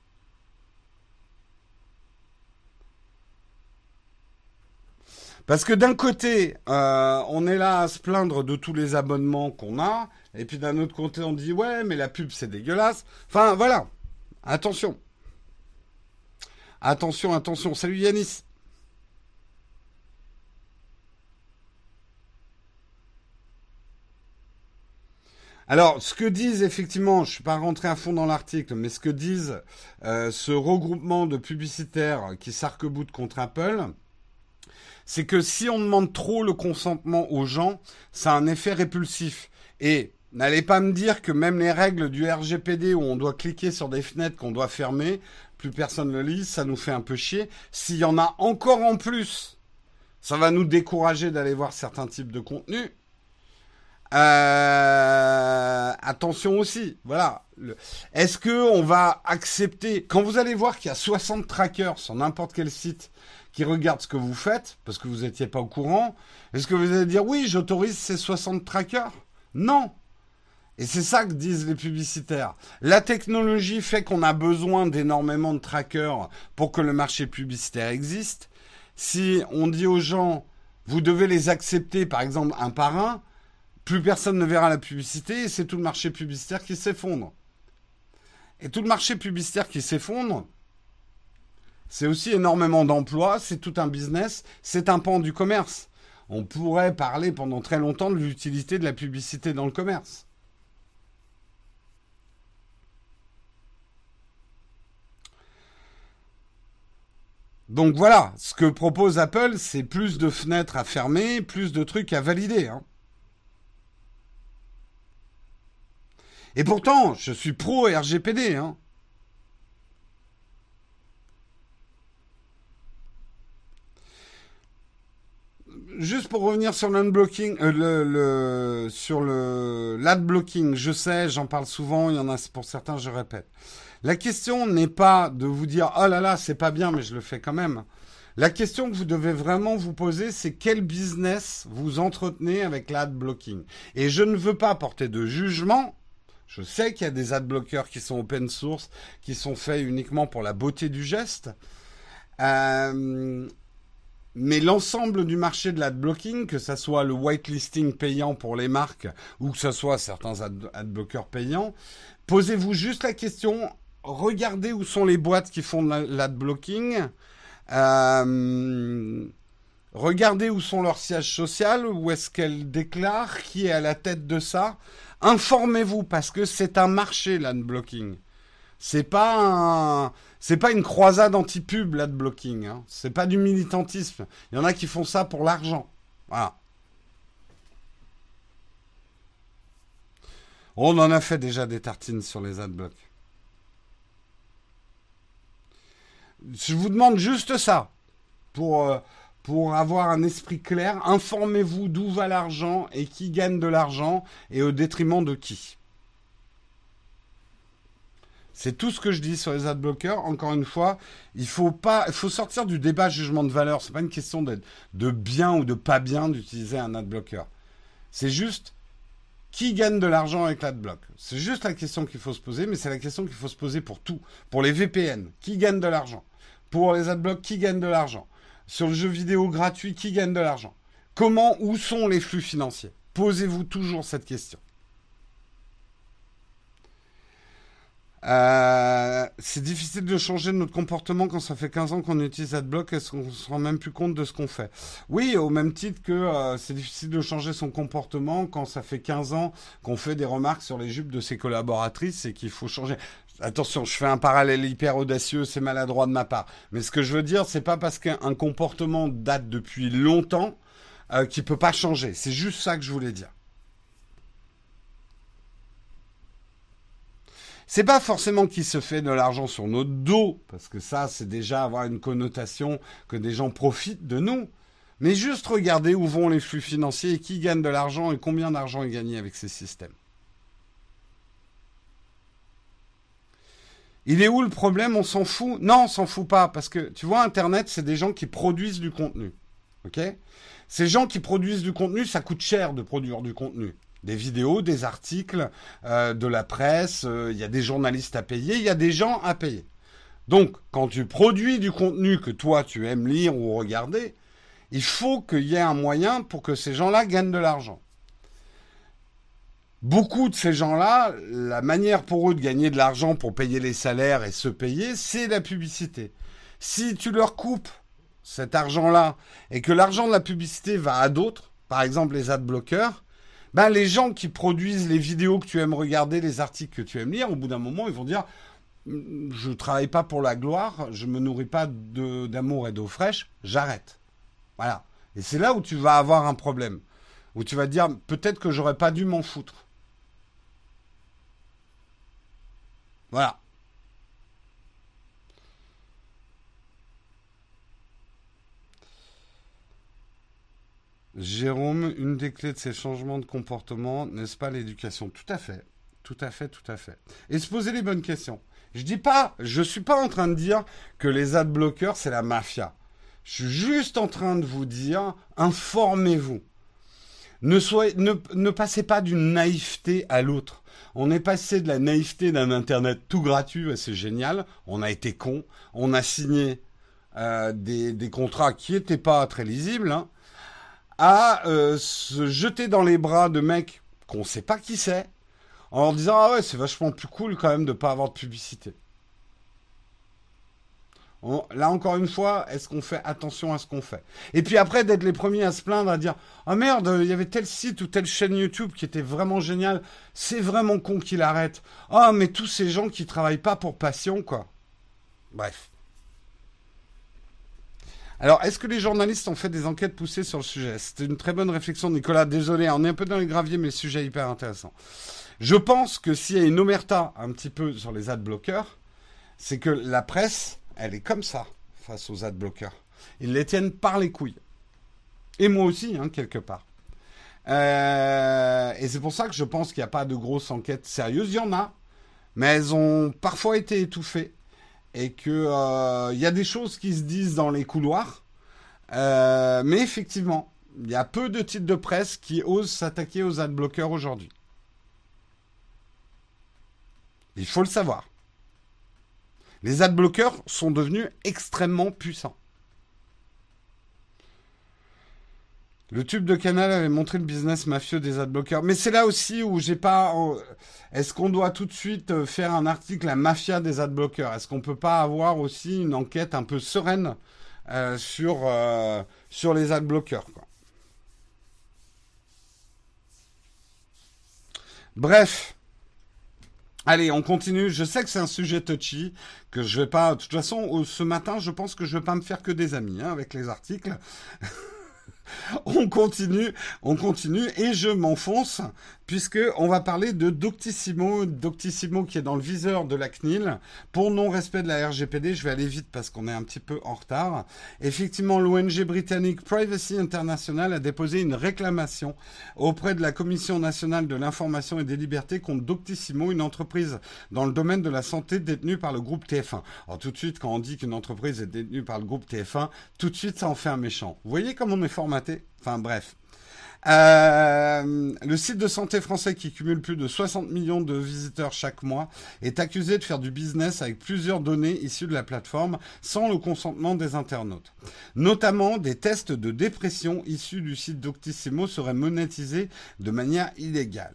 A: Parce que d'un côté, euh, on est là à se plaindre de tous les abonnements qu'on a, et puis d'un autre côté, on dit « Ouais, mais la pub, c'est dégueulasse. » Enfin, voilà. Attention. Attention, attention. Salut Yanis. Alors, ce que disent effectivement, je ne suis pas rentré à fond dans l'article, mais ce que disent euh, ce regroupement de publicitaires qui s'arc-boutent contre Apple, c'est que si on demande trop le consentement aux gens, ça a un effet répulsif. Et n'allez pas me dire que même les règles du R G P D où on doit cliquer sur des fenêtres qu'on doit fermer, plus personne ne le lit, ça nous fait un peu chier. S'il y en a encore en plus, ça va nous décourager d'aller voir certains types de contenus. Euh, attention aussi, voilà. Le, est-ce que on va accepter, quand vous allez voir qu'il y a soixante trackers sur n'importe quel site qui regardent ce que vous faites, parce que vous n'étiez pas au courant, est-ce que vous allez dire oui, j'autorise ces soixante trackers? Non. Et c'est ça que disent les publicitaires. La technologie fait qu'on a besoin d'énormément de trackers pour que le marché publicitaire existe. Si on dit aux gens, vous devez les accepter, par exemple, un par un, plus personne ne verra la publicité et c'est tout le marché publicitaire qui s'effondre. Et tout le marché publicitaire qui s'effondre, c'est aussi énormément d'emplois, c'est tout un business, c'est un pan du commerce. On pourrait parler pendant très longtemps de l'utilité de la publicité dans le commerce. Donc voilà, ce que propose Apple, c'est plus de fenêtres à fermer, plus de trucs à valider, hein. Et pourtant, je suis pro R G P D. Hein. Juste pour revenir sur l'unblocking, euh, le, le, sur le l'adblocking, je sais, j'en parle souvent, il y en a pour certains, je répète. La question n'est pas de vous dire « Oh là là, c'est pas bien, mais je le fais quand même ». La question que vous devez vraiment vous poser, c'est quel business vous entretenez avec l'adblocking. Et je ne veux pas porter de jugement. Je sais qu'il y a des adblockers qui sont open source, qui sont faits uniquement pour la beauté du geste. Euh, mais l'ensemble du marché de l'adblocking, que ce soit le whitelisting payant pour les marques ou que ce soit certains ad- adblockers payants, posez-vous juste la question, regardez où sont les boîtes qui font de l'adblocking, euh, regardez où sont leurs sièges sociaux, où est-ce qu'elles déclarent, qui est à la tête de ça. Informez-vous parce que c'est un marché l'adblocking. C'est pas un, c'est pas une croisade anti-pub l'adblocking. Hein. C'est pas du militantisme. Il y en a qui font ça pour l'argent. Voilà. On en a fait déjà des tartines sur les adblocks. Je vous demande juste ça pour euh, pour avoir un esprit clair. Informez-vous d'où va l'argent et qui gagne de l'argent et au détriment de qui. C'est tout ce que je dis sur les adblockers. Encore une fois, il faut pas, il faut sortir du débat jugement de valeur. C'est pas une question de, de bien ou de pas bien d'utiliser un adblocker. C'est juste qui gagne de l'argent avec l'adblock. C'est juste la question qu'il faut se poser, mais c'est la question qu'il faut se poser pour tout. Pour les V P N, qui gagne de l'argent? Pour les adblocks, qui gagne de l'argent? Sur le jeu vidéo gratuit, qui gagne de l'argent? Comment, où sont les flux financiers? Posez-vous toujours cette question. Euh, c'est difficile de changer notre comportement quand ça fait quinze ans qu'on utilise AdBlock et qu'on ne se rend même plus compte de ce qu'on fait. Oui, au même titre que euh, c'est difficile de changer son comportement quand ça fait quinze ans qu'on fait des remarques sur les jupes de ses collaboratrices et qu'il faut changer. Attention, je fais un parallèle hyper audacieux, c'est maladroit de ma part. Mais ce que je veux dire, c'est pas parce qu'un comportement date depuis longtemps euh, qu'il peut pas changer. C'est juste ça que je voulais dire. C'est pas forcément qui se fait de l'argent sur notre dos, parce que ça, c'est déjà avoir une connotation que des gens profitent de nous. Mais juste regarder où vont les flux financiers et qui gagne de l'argent et combien d'argent est gagné avec ces systèmes. Il est où le problème? On s'en fout? Non, on s'en fout pas, parce que tu vois, Internet, c'est des gens qui produisent du contenu. Ok? Ces gens qui produisent du contenu, ça coûte cher de produire du contenu. Des vidéos, des articles, euh, de la presse, il euh, y a des journalistes à payer, il y a des gens à payer. Donc, quand tu produis du contenu que toi, tu aimes lire ou regarder, il faut qu'il y ait un moyen pour que ces gens-là gagnent de l'argent. Beaucoup de ces gens-là, la manière pour eux de gagner de l'argent pour payer les salaires et se payer, c'est la publicité. Si tu leur coupes cet argent-là et que l'argent de la publicité va à d'autres, par exemple les adblockers, Ben, les gens qui produisent les vidéos que tu aimes regarder, les articles que tu aimes lire, au bout d'un moment, ils vont dire, je travaille pas pour la gloire, je me nourris pas de, d'amour et d'eau fraîche, j'arrête. Voilà. Et c'est là où tu vas avoir un problème. Où tu vas te dire, peut-être que j'aurais pas dû m'en foutre. Voilà. Jérôme, une des clés de ces changements de comportement, n'est-ce pas l'éducation? Tout à fait. Tout à fait, tout à fait. Et se poser les bonnes questions. Je dis pas, je suis pas en train de dire que les adblockers, c'est la mafia. Je suis juste en train de vous dire, informez-vous. Ne, soyez, ne, ne passez pas d'une naïveté à l'autre. On est passé de la naïveté d'un Internet tout gratuit, et c'est génial. On a été cons. On a signé euh, des, des contrats qui n'étaient pas très lisibles, hein, à euh, se jeter dans les bras de mecs qu'on ne sait pas qui c'est, en leur disant « Ah ouais, c'est vachement plus cool quand même de ne pas avoir de publicité. » On, là, encore une fois, est-ce qu'on fait attention à ce qu'on fait? Et puis après, d'être les premiers à se plaindre, à dire « Ah merde, il y avait tel site ou telle chaîne YouTube qui était vraiment génial, c'est vraiment con qu'il arrête. Ah, mais tous ces gens qui travaillent pas pour passion, quoi. » Bref. Alors, est-ce que les journalistes ont fait des enquêtes poussées sur le sujet? C'était une très bonne réflexion, Nicolas. Désolé, on est un peu dans les graviers, mais le sujet est hyper intéressant. Je pense que s'il y a une omerta un petit peu sur les adblockers, c'est que la presse, elle est comme ça face aux adblockers. Ils les tiennent par les couilles. Et moi aussi, hein, quelque part. Euh, et c'est pour ça que je pense qu'il n'y a pas de grosses enquêtes sérieuses. Il y en a, mais elles ont parfois été étouffées. Et qu'il euh, y a des choses qui se disent dans les couloirs. Euh, mais effectivement, il y a peu de titres de presse qui osent s'attaquer aux adblockers aujourd'hui. Il faut le savoir. Les adblockers sont devenus extrêmement puissants. Le tube de Canal avait montré le business mafieux des adblockers. Mais c'est là aussi où j'ai pas... Est-ce qu'on doit tout de suite faire un article, la mafia des adblockers? Est-ce qu'on peut pas avoir aussi une enquête un peu sereine euh, sur, euh, sur les adblockers, quoi. Bref. Allez, on continue. Je sais que c'est un sujet touchy, que je vais pas... De toute façon, ce matin, je pense que je vais pas me faire que des amis hein, avec les articles. On continue, on continue et je m'enfonce puisque on va parler de Doctissimo, Doctissimo qui est dans le viseur de la C N I L pour non-respect de la R G P D. Je vais aller vite parce qu'on est un petit peu en retard. Effectivement, l'O N G britannique Privacy International a déposé une réclamation auprès de la Commission nationale de l'information et des libertés contre Doctissimo, une entreprise dans le domaine de la santé détenue par le groupe T F un. Alors tout de suite, quand on dit qu'une entreprise est détenue par le groupe T F un, tout de suite ça en fait un méchant. Vous voyez comme on est formaté? Enfin bref. Euh, le site de santé français qui cumule plus de soixante millions de visiteurs chaque mois est accusé de faire du business avec plusieurs données issues de la plateforme sans le consentement des internautes. Notamment, des tests de dépression issus du site Doctissimo seraient monétisés de manière illégale.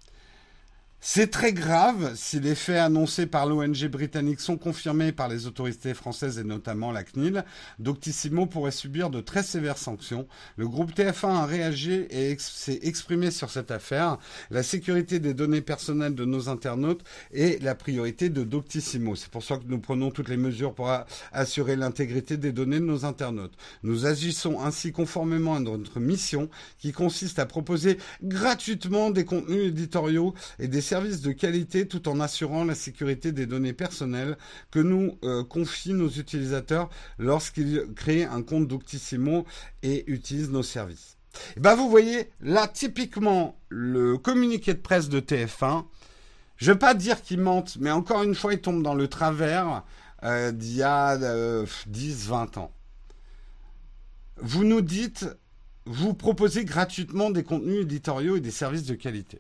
A: C'est très grave si les faits annoncés par l'O N G britannique sont confirmés par les autorités françaises et notamment la C N I L. Doctissimo pourrait subir de très sévères sanctions. Le groupe T F un a réagi et ex- s'est exprimé sur cette affaire. La sécurité des données personnelles de nos internautes est la priorité de Doctissimo. C'est pour ça que nous prenons toutes les mesures pour a- assurer l'intégrité des données de nos internautes. Nous agissons ainsi conformément à notre mission qui consiste à proposer gratuitement des contenus éditoriaux et des services de qualité tout en assurant la sécurité des données personnelles que nous euh, confient nos utilisateurs lorsqu'ils créent un compte Doctissimo et utilisent nos services. Et ben vous voyez, là typiquement le communiqué de presse de T F un, je ne vais pas dire qu'ils mentent, mais encore une fois ils tombent dans le travers euh, d'il y a euh, dix vingt ans. Vous nous dites, vous proposez gratuitement des contenus éditoriaux et des services de qualité.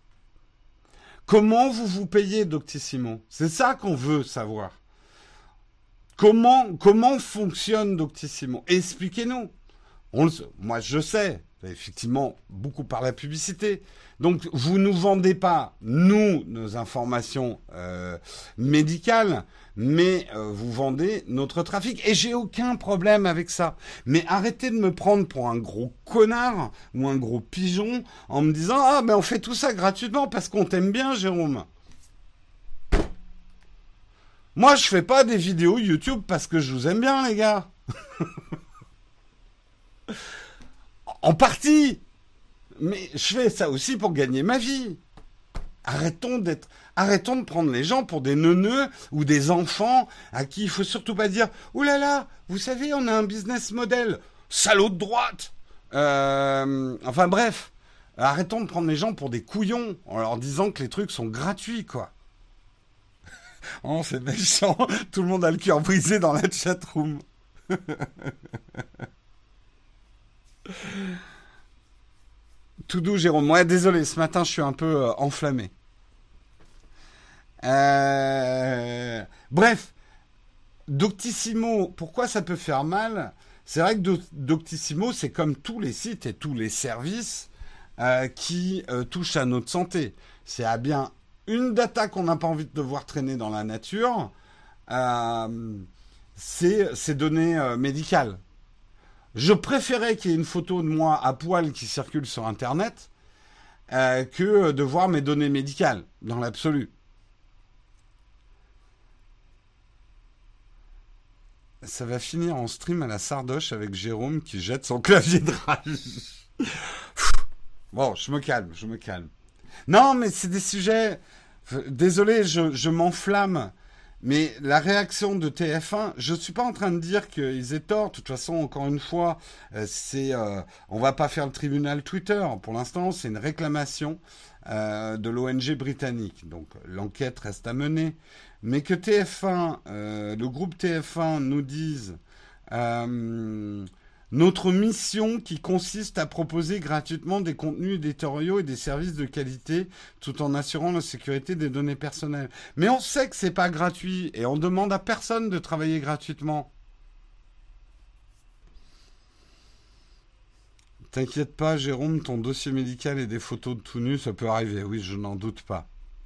A: Comment vous vous payez Doctissimo? C'est ça qu'on veut savoir. Comment, comment fonctionne Doctissimo? Expliquez-nous. On le, moi, je sais. Effectivement, beaucoup par la publicité. Donc, vous nous vendez pas, nous, nos informations euh, médicales, mais euh, vous vendez notre trafic. Et j'ai aucun problème avec ça. Mais arrêtez de me prendre pour un gros connard ou un gros pigeon en me disant « Ah, ben on fait tout ça gratuitement parce qu'on t'aime bien, Jérôme. » Moi, je fais pas des vidéos YouTube parce que je vous aime bien, les gars. En partie, mais je fais ça aussi pour gagner ma vie. Arrêtons d'être, arrêtons de prendre les gens pour des neuneux ou des enfants à qui il faut surtout pas dire « Ouh là là, vous savez, on a un business model, salaud de droite euh, !» Enfin bref, arrêtons de prendre les gens pour des couillons en leur disant que les trucs sont gratuits, quoi. Oh, c'est méchant, tout le monde a le cœur brisé dans la chatroom. Tout doux, Jérôme. Ouais, désolé, ce matin, je suis un peu euh, enflammé. Euh... Bref, Doctissimo, pourquoi ça peut faire mal? C'est vrai que Do- Doctissimo, c'est comme tous les sites et tous les services euh, qui euh, touchent à notre santé. C'est à bien une data qu'on n'a pas envie de devoir traîner dans la nature, euh, c'est ces données euh, médicales. Je préférais qu'il y ait une photo de moi à poil qui circule sur Internet euh, que de voir mes données médicales, dans l'absolu. Ça va finir en stream à la sardoche avec Jérôme qui jette son clavier de rage. Bon, je me calme, je me calme. Non, mais c'est des sujets... Désolé, je, je m'enflamme. Mais la réaction de T F un, je ne suis pas en train de dire qu'ils aient tort. De toute façon, encore une fois, euh, c'est, euh, on ne va pas faire le tribunal Twitter. Pour l'instant, c'est une réclamation euh, de l'O N G britannique. Donc, l'enquête reste à mener. Mais que T F un, euh, le groupe T F un nous dise... Euh, Notre mission qui consiste à proposer gratuitement des contenus éditoriaux et des services de qualité tout en assurant la sécurité des données personnelles. Mais on sait que c'est pas gratuit et on demande à personne de travailler gratuitement. T'inquiète pas, Jérôme, ton dossier médical et des photos de tout nu, ça peut arriver. Oui, je n'en doute pas.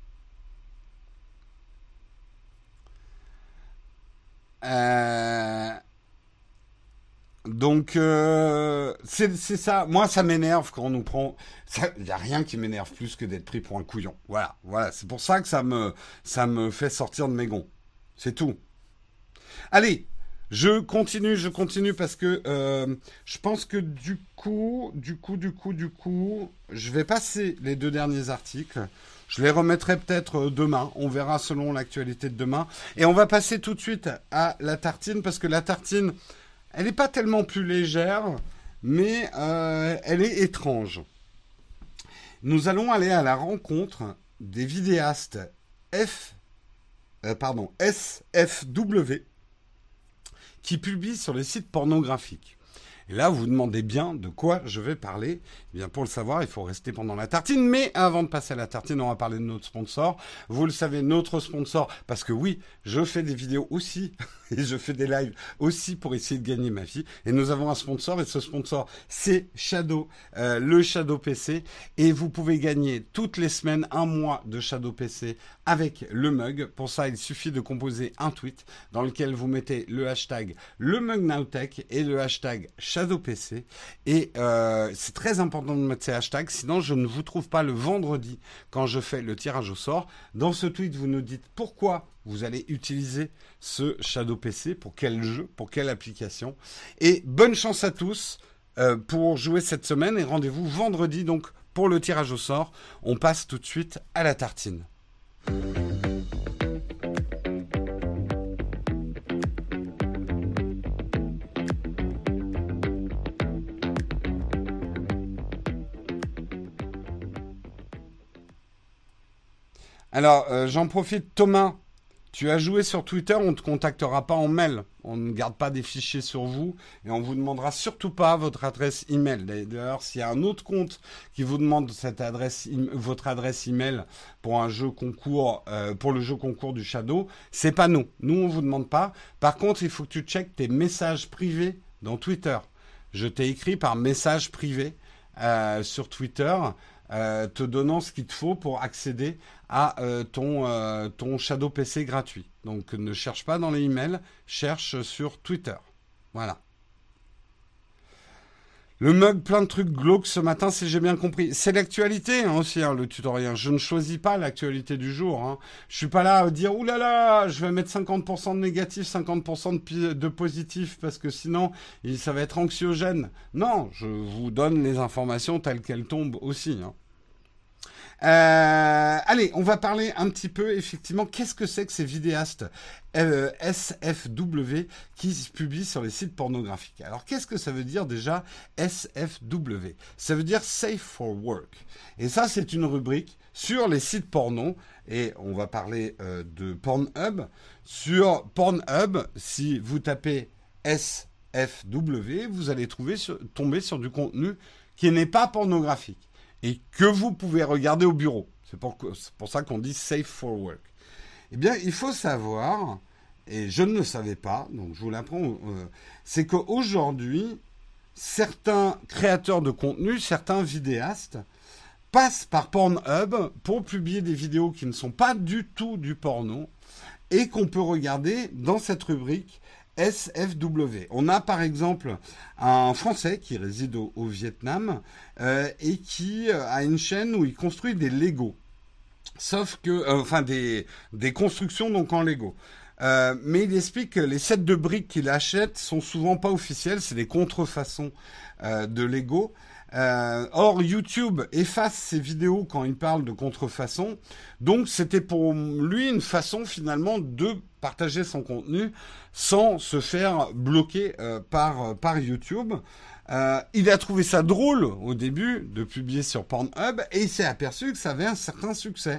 A: Euh... Donc, euh, c'est, c'est ça. Moi, ça m'énerve quand on nous prend... Il n'y a rien qui m'énerve plus que d'être pris pour un couillon. Voilà, voilà. C'est pour ça que ça me, ça me fait sortir de mes gonds. C'est tout. Allez, je continue, je continue parce que euh, je pense que du coup, du coup, du coup, du coup, je vais passer les deux derniers articles. Je les remettrai peut-être demain. On verra selon l'actualité de demain. Et on va passer tout de suite à la tartine parce que la tartine... Elle n'est pas tellement plus légère, mais euh, elle est étrange. Nous allons aller à la rencontre des vidéastes F, euh, pardon, S F W qui publient sur les sites pornographiques. Et là, vous vous demandez bien de quoi je vais parler. Eh bien, pour le savoir, il faut rester pendant la tartine. Mais avant de passer à la tartine, on va parler de notre sponsor. Vous le savez, notre sponsor, parce que oui, je fais des vidéos aussi, et je fais des lives aussi pour essayer de gagner ma vie. Et nous avons un sponsor, et ce sponsor, c'est Shadow, euh, le Shadow P C. Et vous pouvez gagner toutes les semaines un mois de Shadow P C avec le mug. Pour ça, il suffit de composer un tweet dans lequel vous mettez le hashtag le mug nowtech et le hashtag Shadow P C. Et euh, c'est très important de mettre ces hashtags, sinon je ne vous trouve pas le vendredi quand je fais le tirage au sort. Dans ce tweet, vous nous dites pourquoi vous allez utiliser ce Shadow P C, pour quel jeu, pour quelle application. Et bonne chance à tous euh, pour jouer cette semaine et rendez-vous vendredi donc pour le tirage au sort. On passe tout de suite à la tartine. Alors, euh, j'en profite, Thomas, tu as joué sur Twitter, on ne te contactera pas en mail. On ne garde pas des fichiers sur vous et on vous demandera surtout pas votre adresse email. D'ailleurs, s'il y a un autre compte qui vous demande cette adresse, votre adresse email pour un jeu concours, euh, pour le jeu concours du Shadow, c'est pas nous. Nous, on vous demande pas. Par contre, il faut que tu checkes tes messages privés dans Twitter. Je t'ai écrit par message privé. euh, sur Twitter, euh, te donnant ce qu'il te faut pour accéder à euh, ton, euh, ton Shadow P C gratuit. Donc ne cherche pas dans les emails, cherche sur Twitter. Voilà. Le mug, plein de trucs glauques ce matin, si j'ai bien compris. C'est l'actualité hein, aussi, hein, le tutoriel. Je ne choisis pas l'actualité du jour. Hein. Je suis pas là à dire, ouh là là, je vais mettre cinquante pour cent de négatif, cinquante pour cent de, pi- de positif, parce que sinon, il, ça va être anxiogène. Non, je vous donne les informations telles qu'elles tombent aussi. Hein. Euh, allez, on va parler un petit peu, effectivement, qu'est-ce que c'est que ces vidéastes euh, S F W qui se publient sur les sites pornographiques. Alors, qu'est-ce que ça veut dire déjà S F W? Ça veut dire Safe for Work. Et ça, c'est une rubrique sur les sites porno. Et on va parler euh, de Pornhub. Sur Pornhub, si vous tapez S F W, vous allez trouver sur, tomber sur du contenu qui n'est pas pornographique et que vous pouvez regarder au bureau. C'est pour, c'est pour ça qu'on dit Safe for Work. Eh bien, il faut savoir, et je ne le savais pas, donc je vous l'apprends, euh, c'est qu'aujourd'hui, certains créateurs de contenu, certains vidéastes, passent par Pornhub pour publier des vidéos qui ne sont pas du tout du porno et qu'on peut regarder dans cette rubrique S F W. On a par exemple un Français qui réside au, au Vietnam euh, et qui a une chaîne où il construit des Lego. Sauf que, euh, enfin des, des constructions donc en Lego. Euh, mais il explique que les sets de briques qu'il achète sont souvent pas officiels, c'est des contrefaçons euh, de Lego. Euh, or, YouTube efface ses vidéos quand il parle de contrefaçon. Donc, c'était pour lui une façon finalement de partager son contenu sans se faire bloquer euh, par, par YouTube. Euh, il a trouvé ça drôle au début de publier sur Pornhub et il s'est aperçu que ça avait un certain succès.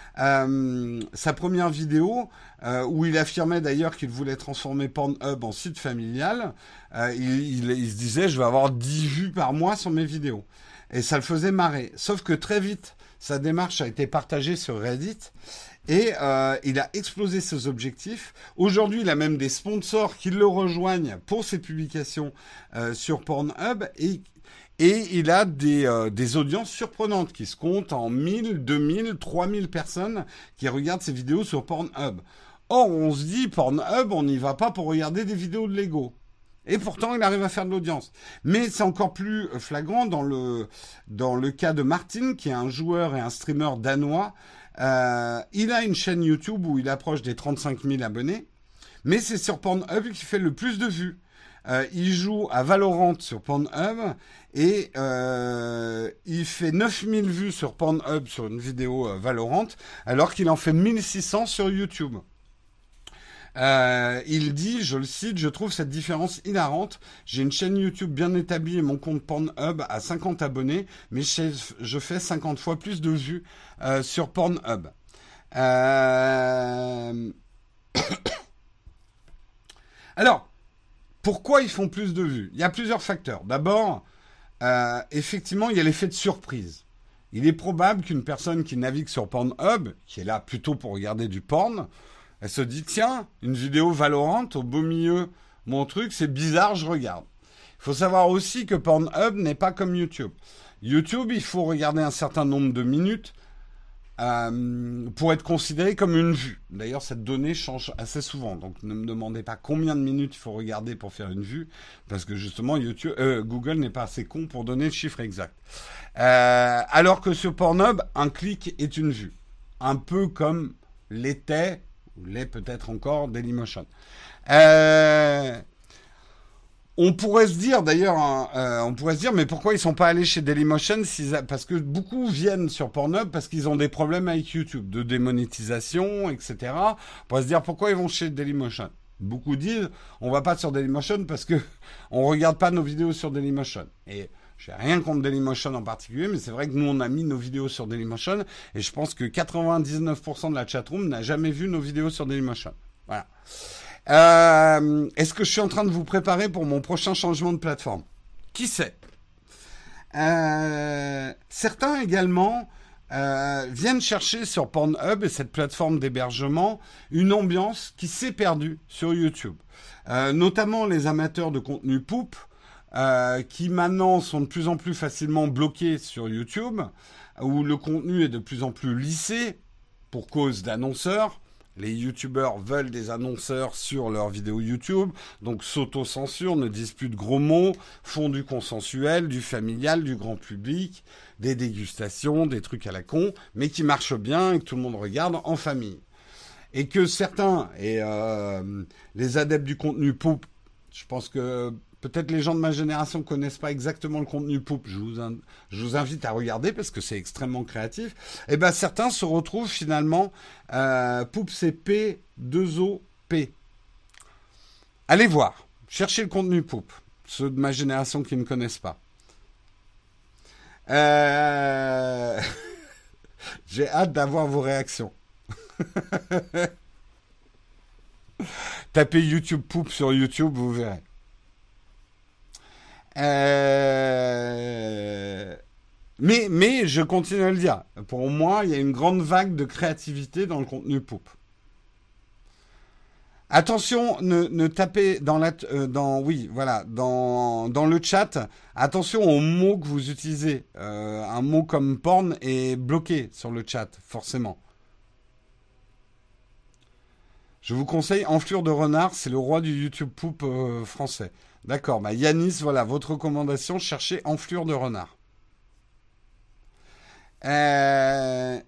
A: Euh, sa première vidéo, euh, où il affirmait d'ailleurs qu'il voulait transformer Pornhub en site familial, euh, il, il, il se disait « je vais avoir dix vues par mois sur mes vidéos ». Et ça le faisait marrer. Sauf que très vite, sa démarche a été partagée sur Reddit et euh, il a explosé ses objectifs. Aujourd'hui, il a même des sponsors qui le rejoignent pour ses publications euh, sur Pornhub et Et il a des, euh, des audiences surprenantes qui se comptent en mille, deux mille, trois mille personnes qui regardent ses vidéos sur Pornhub. Or, on se dit, Pornhub, on n'y va pas pour regarder des vidéos de Lego. Et pourtant, il arrive à faire de l'audience. Mais c'est encore plus flagrant dans le, dans le cas de Martin, qui est un joueur et un streamer danois. Euh, il a une chaîne YouTube où il approche des trente-cinq mille abonnés. Mais c'est sur Pornhub qu'il fait le plus de vues. Euh, il joue à Valorant sur Pornhub et euh, il fait neuf mille vues sur Pornhub sur une vidéo euh, Valorant alors qu'il en fait mille six cents sur YouTube. Euh, il dit, je le cite, je trouve cette différence hilarante. J'ai une chaîne YouTube bien établie et mon compte Pornhub a cinquante abonnés, mais je, je fais cinquante fois plus de vues euh, sur Pornhub. Euh... Alors, pourquoi ils font plus de vues? Il y a plusieurs facteurs. D'abord, euh, effectivement, il y a l'effet de surprise. Il est probable qu'une personne qui navigue sur Pornhub, qui est là plutôt pour regarder du porn, elle se dit, tiens, une vidéo Valorant au beau milieu, mon truc, c'est bizarre, je regarde. Il faut savoir aussi que Pornhub n'est pas comme YouTube. YouTube, il faut regarder un certain nombre de minutes euh, pour être considéré comme une vue. D'ailleurs, cette donnée change assez souvent. Donc, ne me demandez pas combien de minutes il faut regarder pour faire une vue, parce que justement, YouTube, euh, Google n'est pas assez con pour donner le chiffre exact. Euh, alors que sur Pornhub, un clic est une vue. Un peu comme l'était, ou l'est peut-être encore, Dailymotion. Euh... On pourrait se dire d'ailleurs, hein, euh, on pourrait se dire, mais pourquoi ils sont pas allés chez Dailymotion s'ils a... Parce que beaucoup viennent sur Pornhub parce qu'ils ont des problèmes avec YouTube, de démonétisation, et cetera. On pourrait se dire pourquoi ils vont chez Dailymotion. Beaucoup disent, on va pas sur Dailymotion parce que on regarde pas nos vidéos sur Dailymotion. Et j'ai rien contre Dailymotion en particulier, mais c'est vrai que nous on a mis nos vidéos sur Dailymotion et je pense que quatre-vingt-dix-neuf pour cent de la chatroom n'a jamais vu nos vidéos sur Dailymotion. Voilà. Euh, est-ce que je suis en train de vous préparer pour mon prochain changement de plateforme? Qui sait? euh, Certains également euh, viennent chercher sur Pornhub et cette plateforme d'hébergement une ambiance qui s'est perdue sur YouTube. Euh, notamment les amateurs de contenu poupe euh, qui maintenant sont de plus en plus facilement bloqués sur YouTube, où le contenu est de plus en plus lissé pour cause d'annonceurs. Les youtubeurs veulent des annonceurs sur leurs vidéos YouTube, donc s'auto-censurent, ne disent plus de gros mots, font du consensuel, du familial, du grand public, des dégustations, des trucs à la con, mais qui marchent bien et que tout le monde regarde en famille. Et que certains, et euh, les adeptes du contenu poop, je pense que peut-être les gens de ma génération ne connaissent pas exactement le contenu poop. Je vous, in- je vous invite à regarder parce que c'est extrêmement créatif. Et ben certains se retrouvent finalement. Euh, poop, c'est P deux O P. Allez voir. Cherchez le contenu poop. Ceux de ma génération qui ne connaissent pas. Euh... J'ai hâte d'avoir vos réactions. Tapez YouTube poop sur YouTube, vous verrez. Euh, Mais, mais je continue à le dire. Pour moi, il y a une grande vague de créativité dans le contenu poop. Attention, ne, ne tapez dans la, euh, dans, oui, voilà, dans, dans le chat. Attention aux mots que vous utilisez. Euh, un mot comme porn est bloqué sur le chat, forcément. Je vous conseille Enflure de renard, c'est le roi du YouTube poop euh, français. D'accord, bah Yanis, voilà, votre recommandation, cherchez Enflure de renard. Euh,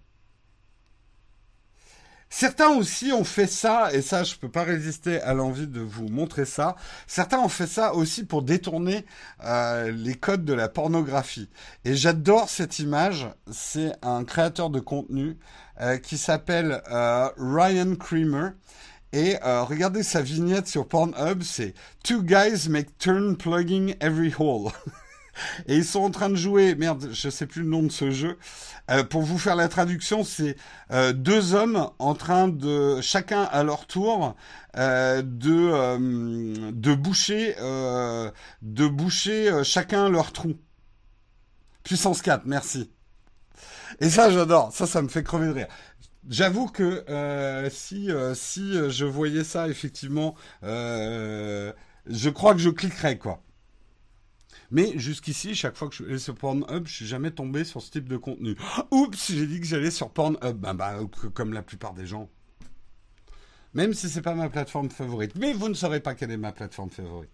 A: Certains aussi ont fait ça, et ça je peux pas résister à l'envie de vous montrer ça. Certains ont fait ça aussi pour détourner euh, les codes de la pornographie. Et j'adore cette image. C'est un créateur de contenu euh, qui s'appelle euh, Ryan Creamer. Et euh, regardez sa vignette sur Pornhub, c'est Two guys make turn plugging every hole. Et ils sont en train de jouer, merde, je sais plus le nom de ce jeu. Euh, pour vous faire la traduction, c'est euh, deux hommes en train de, chacun à leur tour, euh, de euh, de boucher, euh, de boucher euh, chacun leur trou. Puissance quatre, merci. Et ça, j'adore. Ça, ça me fait crever de rire. J'avoue que euh, si euh, si euh, je voyais ça effectivement, euh, je crois que je cliquerais quoi. Mais jusqu'ici, chaque fois que je suis allé sur Pornhub, je suis jamais tombé sur ce type de contenu. Oups, j'ai dit que j'allais sur Pornhub. Bah, bah, comme la plupart des gens. Même si c'est pas ma plateforme favorite. Mais vous ne saurez pas quelle est ma plateforme favorite.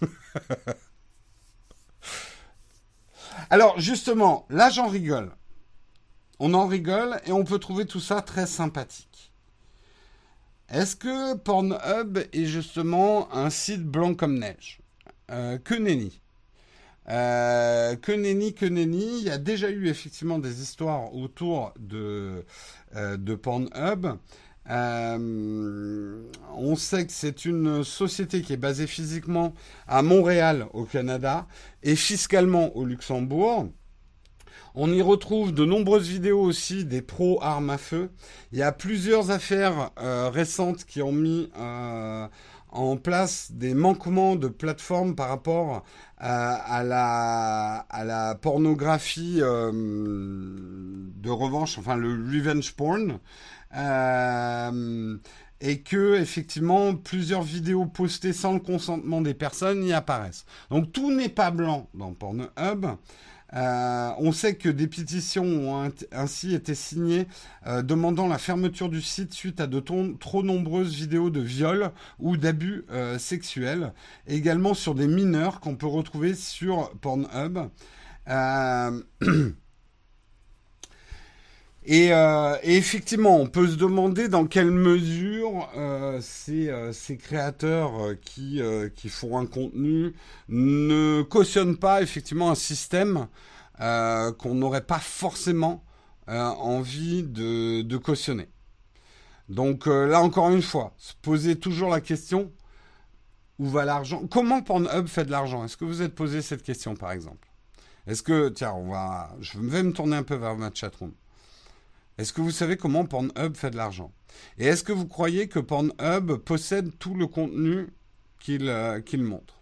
A: Alors, justement, là, j'en rigole. On en rigole et on peut trouver tout ça très sympathique. Est-ce que Pornhub est justement un site blanc comme neige? euh, Que nenni. Euh, que nenni, que nenni. Il y a déjà eu effectivement des histoires autour de, euh, de Pornhub. Euh, on sait que c'est une société qui est basée physiquement à Montréal, au Canada, et fiscalement au Luxembourg. On y retrouve de nombreuses vidéos aussi des pros armes à feu. Il y a plusieurs affaires euh, récentes qui ont mis euh, en place des manquements de plateformes par rapport à, à, la, à la pornographie euh, de revanche, enfin le revenge porn. Euh, et que effectivement plusieurs vidéos postées sans le consentement des personnes y apparaissent. Donc tout n'est pas blanc dans Pornhub. Euh, on sait que des pétitions ont ainsi été signées euh, demandant la fermeture du site suite à de ton, trop nombreuses vidéos de viol ou d'abus euh, sexuels, également sur des mineurs qu'on peut retrouver sur Pornhub. Euh, Et, euh, et effectivement, on peut se demander dans quelle mesure euh, ces, euh, ces créateurs euh, qui, euh, qui font un contenu ne cautionnent pas effectivement un système euh, qu'on n'aurait pas forcément euh, envie de, de cautionner. Donc euh, là, encore une fois, se poser toujours la question, où va l'argent? Comment Pornhub fait de l'argent? Est-ce que vous êtes posé cette question, par exemple? Est-ce que, tiens, on va, je vais me tourner un peu vers ma chatroom. Est-ce que vous savez comment Pornhub fait de l'argent? Et est-ce que vous croyez que Pornhub possède tout le contenu qu'il euh, qu'il montre?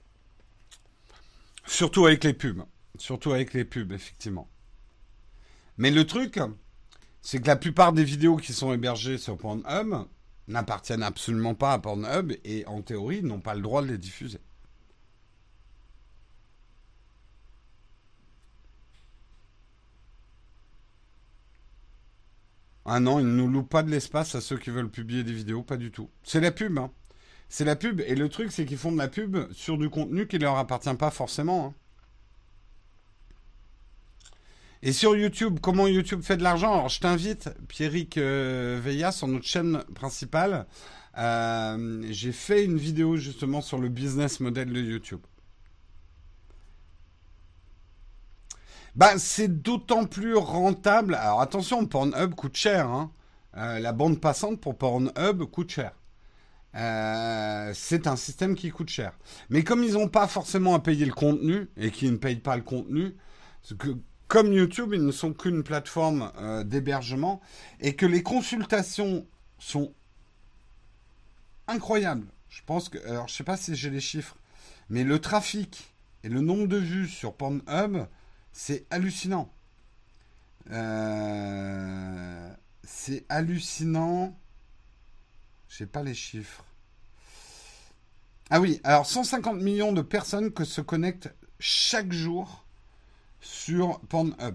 A: Surtout avec les pubs. Surtout avec les pubs, effectivement. Mais le truc, c'est que la plupart des vidéos qui sont hébergées sur Pornhub n'appartiennent absolument pas à Pornhub et en théorie n'ont pas le droit de les diffuser. Ah non, ils ne nous louent pas de l'espace à ceux qui veulent publier des vidéos, pas du tout. C'est la pub, hein. C'est la pub. Et le truc, c'est qu'ils font de la pub sur du contenu qui ne leur appartient pas forcément, hein. Et sur YouTube, comment YouTube fait de l'argent? Alors, je t'invite, Pierrick euh, Veilla, sur notre chaîne principale. Euh, j'ai fait une vidéo justement sur le business model de YouTube. Bah, c'est d'autant plus rentable. Alors attention, Pornhub coûte cher, hein. Euh, la bande passante pour Pornhub coûte cher. Euh, c'est un système qui coûte cher. Mais comme ils n'ont pas forcément à payer le contenu et qu'ils ne payent pas le contenu, c'est que comme YouTube, ils ne sont qu'une plateforme euh, d'hébergement et que les consultations sont incroyables. Je pense que, alors je sais pas si j'ai les chiffres, mais le trafic et le nombre de vues sur Pornhub, c'est hallucinant. Euh, c'est hallucinant. Je sais pas les chiffres. Ah oui, alors cent cinquante millions de personnes que se connectent chaque jour sur Pornhub.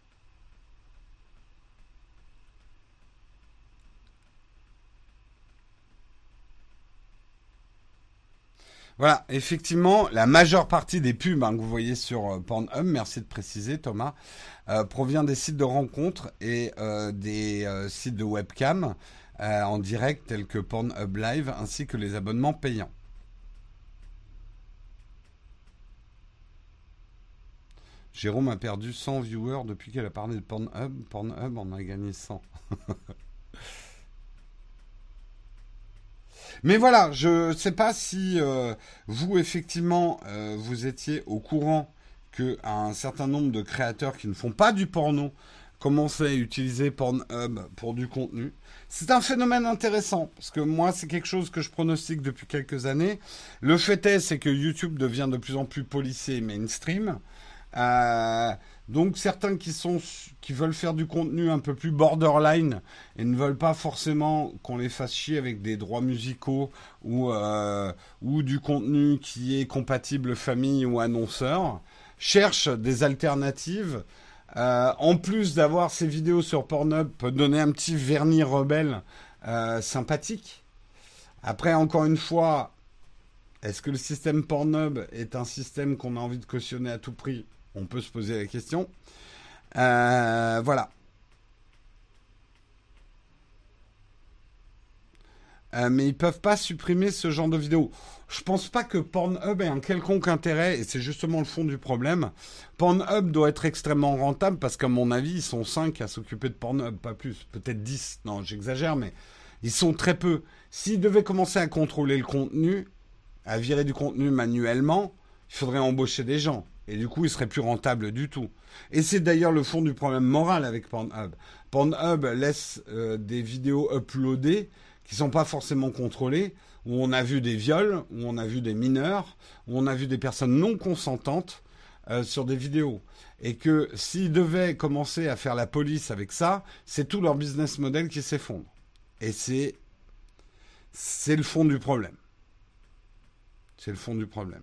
A: Voilà, effectivement, la majeure partie des pubs hein, que vous voyez sur euh, Pornhub, merci de préciser Thomas, euh, provient des sites de rencontres et euh, des euh, sites de webcam euh, en direct tels que Pornhub Live ainsi que les abonnements payants. Jérôme a perdu cent viewers depuis qu'elle a parlé de Pornhub. Pornhub en a gagné cent. Mais voilà, je ne sais pas si euh, vous, effectivement, euh, vous étiez au courant qu'un certain nombre de créateurs qui ne font pas du porno commençaient à utiliser Pornhub pour du contenu. C'est un phénomène intéressant, parce que moi, c'est quelque chose que je pronostique depuis quelques années. Le fait est, c'est que YouTube devient de plus en plus policé et mainstream. Euh, donc certains qui sont qui veulent faire du contenu un peu plus borderline et ne veulent pas forcément qu'on les fasse chier avec des droits musicaux ou euh, ou du contenu qui est compatible famille ou annonceur, cherchent des alternatives. Euh, en plus d'avoir ces vidéos sur Pornhub, peut donner un petit vernis rebelle euh, sympathique. Après, encore une fois, est-ce que le système Pornhub est un système qu'on a envie de cautionner à tout prix? On peut se poser la question. Euh, voilà. Euh, mais ils peuvent pas supprimer ce genre de vidéos. Je pense pas que Pornhub ait un quelconque intérêt, et c'est justement le fond du problème. Pornhub doit être extrêmement rentable, parce qu'à mon avis, ils sont cinq à s'occuper de Pornhub, pas plus. Peut-être dix. Non, j'exagère, mais ils sont très peu. S'ils devaient commencer à contrôler le contenu, à virer du contenu manuellement, il faudrait embaucher des gens. Et du coup, il serait plus rentable du tout. Et c'est d'ailleurs le fond du problème moral avec Pornhub. Pornhub laisse euh, des vidéos uploadées qui sont pas forcément contrôlées, où on a vu des viols, où on a vu des mineurs, où on a vu des personnes non consentantes euh, sur des vidéos. Et que s'ils devaient commencer à faire la police avec ça, c'est tout leur business model qui s'effondre. Et c'est, c'est le fond du problème. C'est le fond du problème.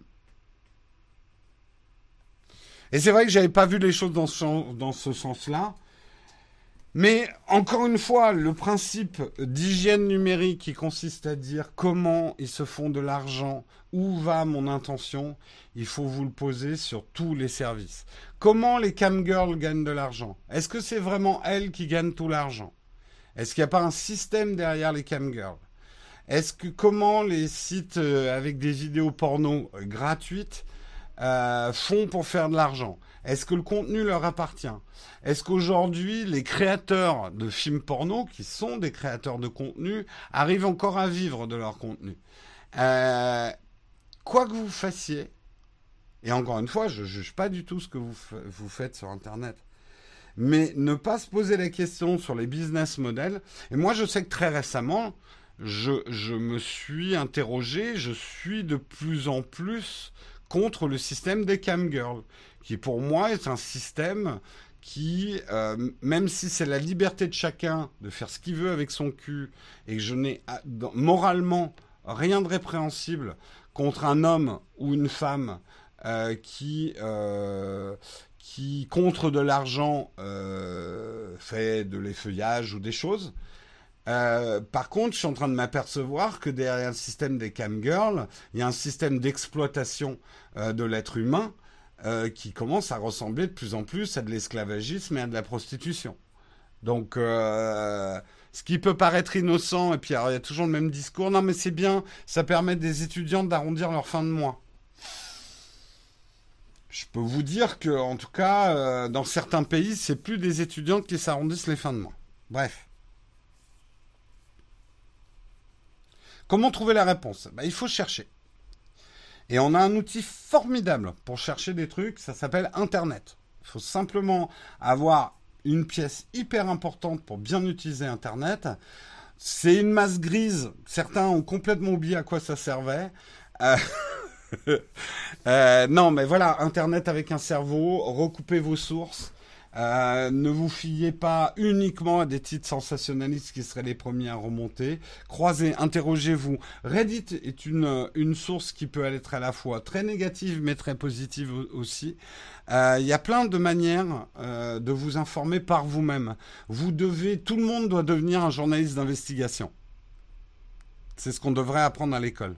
A: Et c'est vrai que j'avais pas vu les choses dans ce, dans ce sens-là. Mais encore une fois, le principe d'hygiène numérique qui consiste à dire comment ils se font de l'argent, où va mon intention, il faut vous le poser sur tous les services. Comment les camgirls gagnent de l'argent? Est-ce que c'est vraiment elles qui gagnent tout l'argent? Est-ce qu'il n'y a pas un système derrière les camgirls? Est-ce que comment les sites avec des vidéos porno gratuites Euh, font pour faire de l'argent? Est-ce que le contenu leur appartient? Est-ce qu'aujourd'hui, les créateurs de films porno, qui sont des créateurs de contenu, arrivent encore à vivre de leur contenu? euh, Quoi que vous fassiez, et encore une fois, je ne juge pas du tout ce que vous, f- vous faites sur Internet, mais ne pas se poser la question sur les business models. Et moi, je sais que très récemment, je, je me suis interrogé, je suis de plus en plus contre le système des camgirls, qui pour moi est un système qui, euh, même si c'est la liberté de chacun de faire ce qu'il veut avec son cul, et que je n'ai ah, dans- moralement rien de répréhensible contre un homme ou une femme euh, qui, euh, qui, contre de l'argent, euh, fait de l'effeuillage ou des choses. Euh, par contre, je suis en train de m'apercevoir que derrière le système des camgirls, il y a un système d'exploitation euh, de l'être humain euh, qui commence à ressembler de plus en plus à de l'esclavagisme et à de la prostitution. Donc, euh, ce qui peut paraître innocent, et puis alors, il y a toujours le même discours, non mais c'est bien, ça permet des étudiants d'arrondir leur fin de mois. Je peux vous dire que, en tout cas, euh, dans certains pays, c'est plus des étudiantes qui s'arrondissent les fins de mois. Bref. Comment trouver la réponse? Bah, il faut chercher. Et on a un outil formidable pour chercher des trucs, ça s'appelle Internet. Il faut simplement avoir une pièce hyper importante pour bien utiliser Internet. C'est une masse grise, certains ont complètement oublié à quoi ça servait. Euh, euh, non, mais voilà, Internet avec un cerveau, recoupez vos sources. Euh, ne vous fiez pas uniquement à des titres sensationnalistes qui seraient les premiers à remonter. Croisez, interrogez-vous. Reddit est une, une source qui peut être à la fois très négative mais très positive aussi. Euh, Il y a plein de manières euh, de vous informer par vous-même. Vous devez, tout le monde doit devenir un journaliste d'investigation. C'est ce qu'on devrait apprendre à l'école.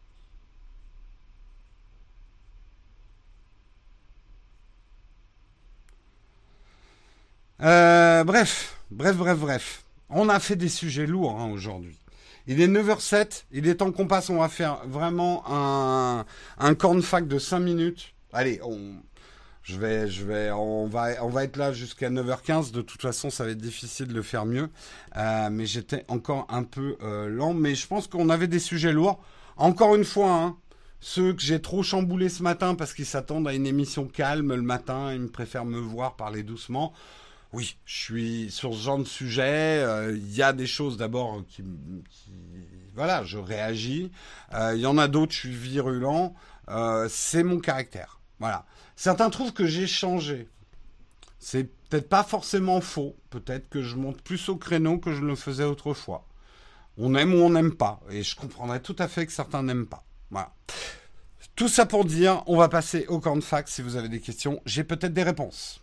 A: Euh, bref, bref, bref, bref. On a fait des sujets lourds hein, aujourd'hui. Il est neuf heures zéro sept, il est temps qu'on passe, on va faire vraiment un, un corn fac de cinq minutes. Allez, on, je vais, je vais, on va, on va être là jusqu'à neuf heures quinze. De toute façon, ça va être difficile de le faire mieux. Euh, mais j'étais encore un peu euh, lent. Mais je pense qu'on avait des sujets lourds. Encore une fois, hein, ceux que j'ai trop chamboulés ce matin parce qu'ils s'attendent à une émission calme le matin, ils me préfèrent me voir parler doucement. Oui, je suis sur ce genre de sujet. Euh, Il y a des choses d'abord qui, qui- voilà, je réagis. Euh, Il y en a d'autres, je suis virulent. Euh, c'est mon caractère. Voilà. Certains trouvent que j'ai changé. C'est peut-être pas forcément faux. Peut-être que je monte plus au créneau que je le faisais autrefois. On aime ou on n'aime pas. Et je comprendrais tout à fait que certains n'aiment pas. Voilà. Tout ça pour dire, on va passer au corn fac. Si vous avez des questions, j'ai peut-être des réponses.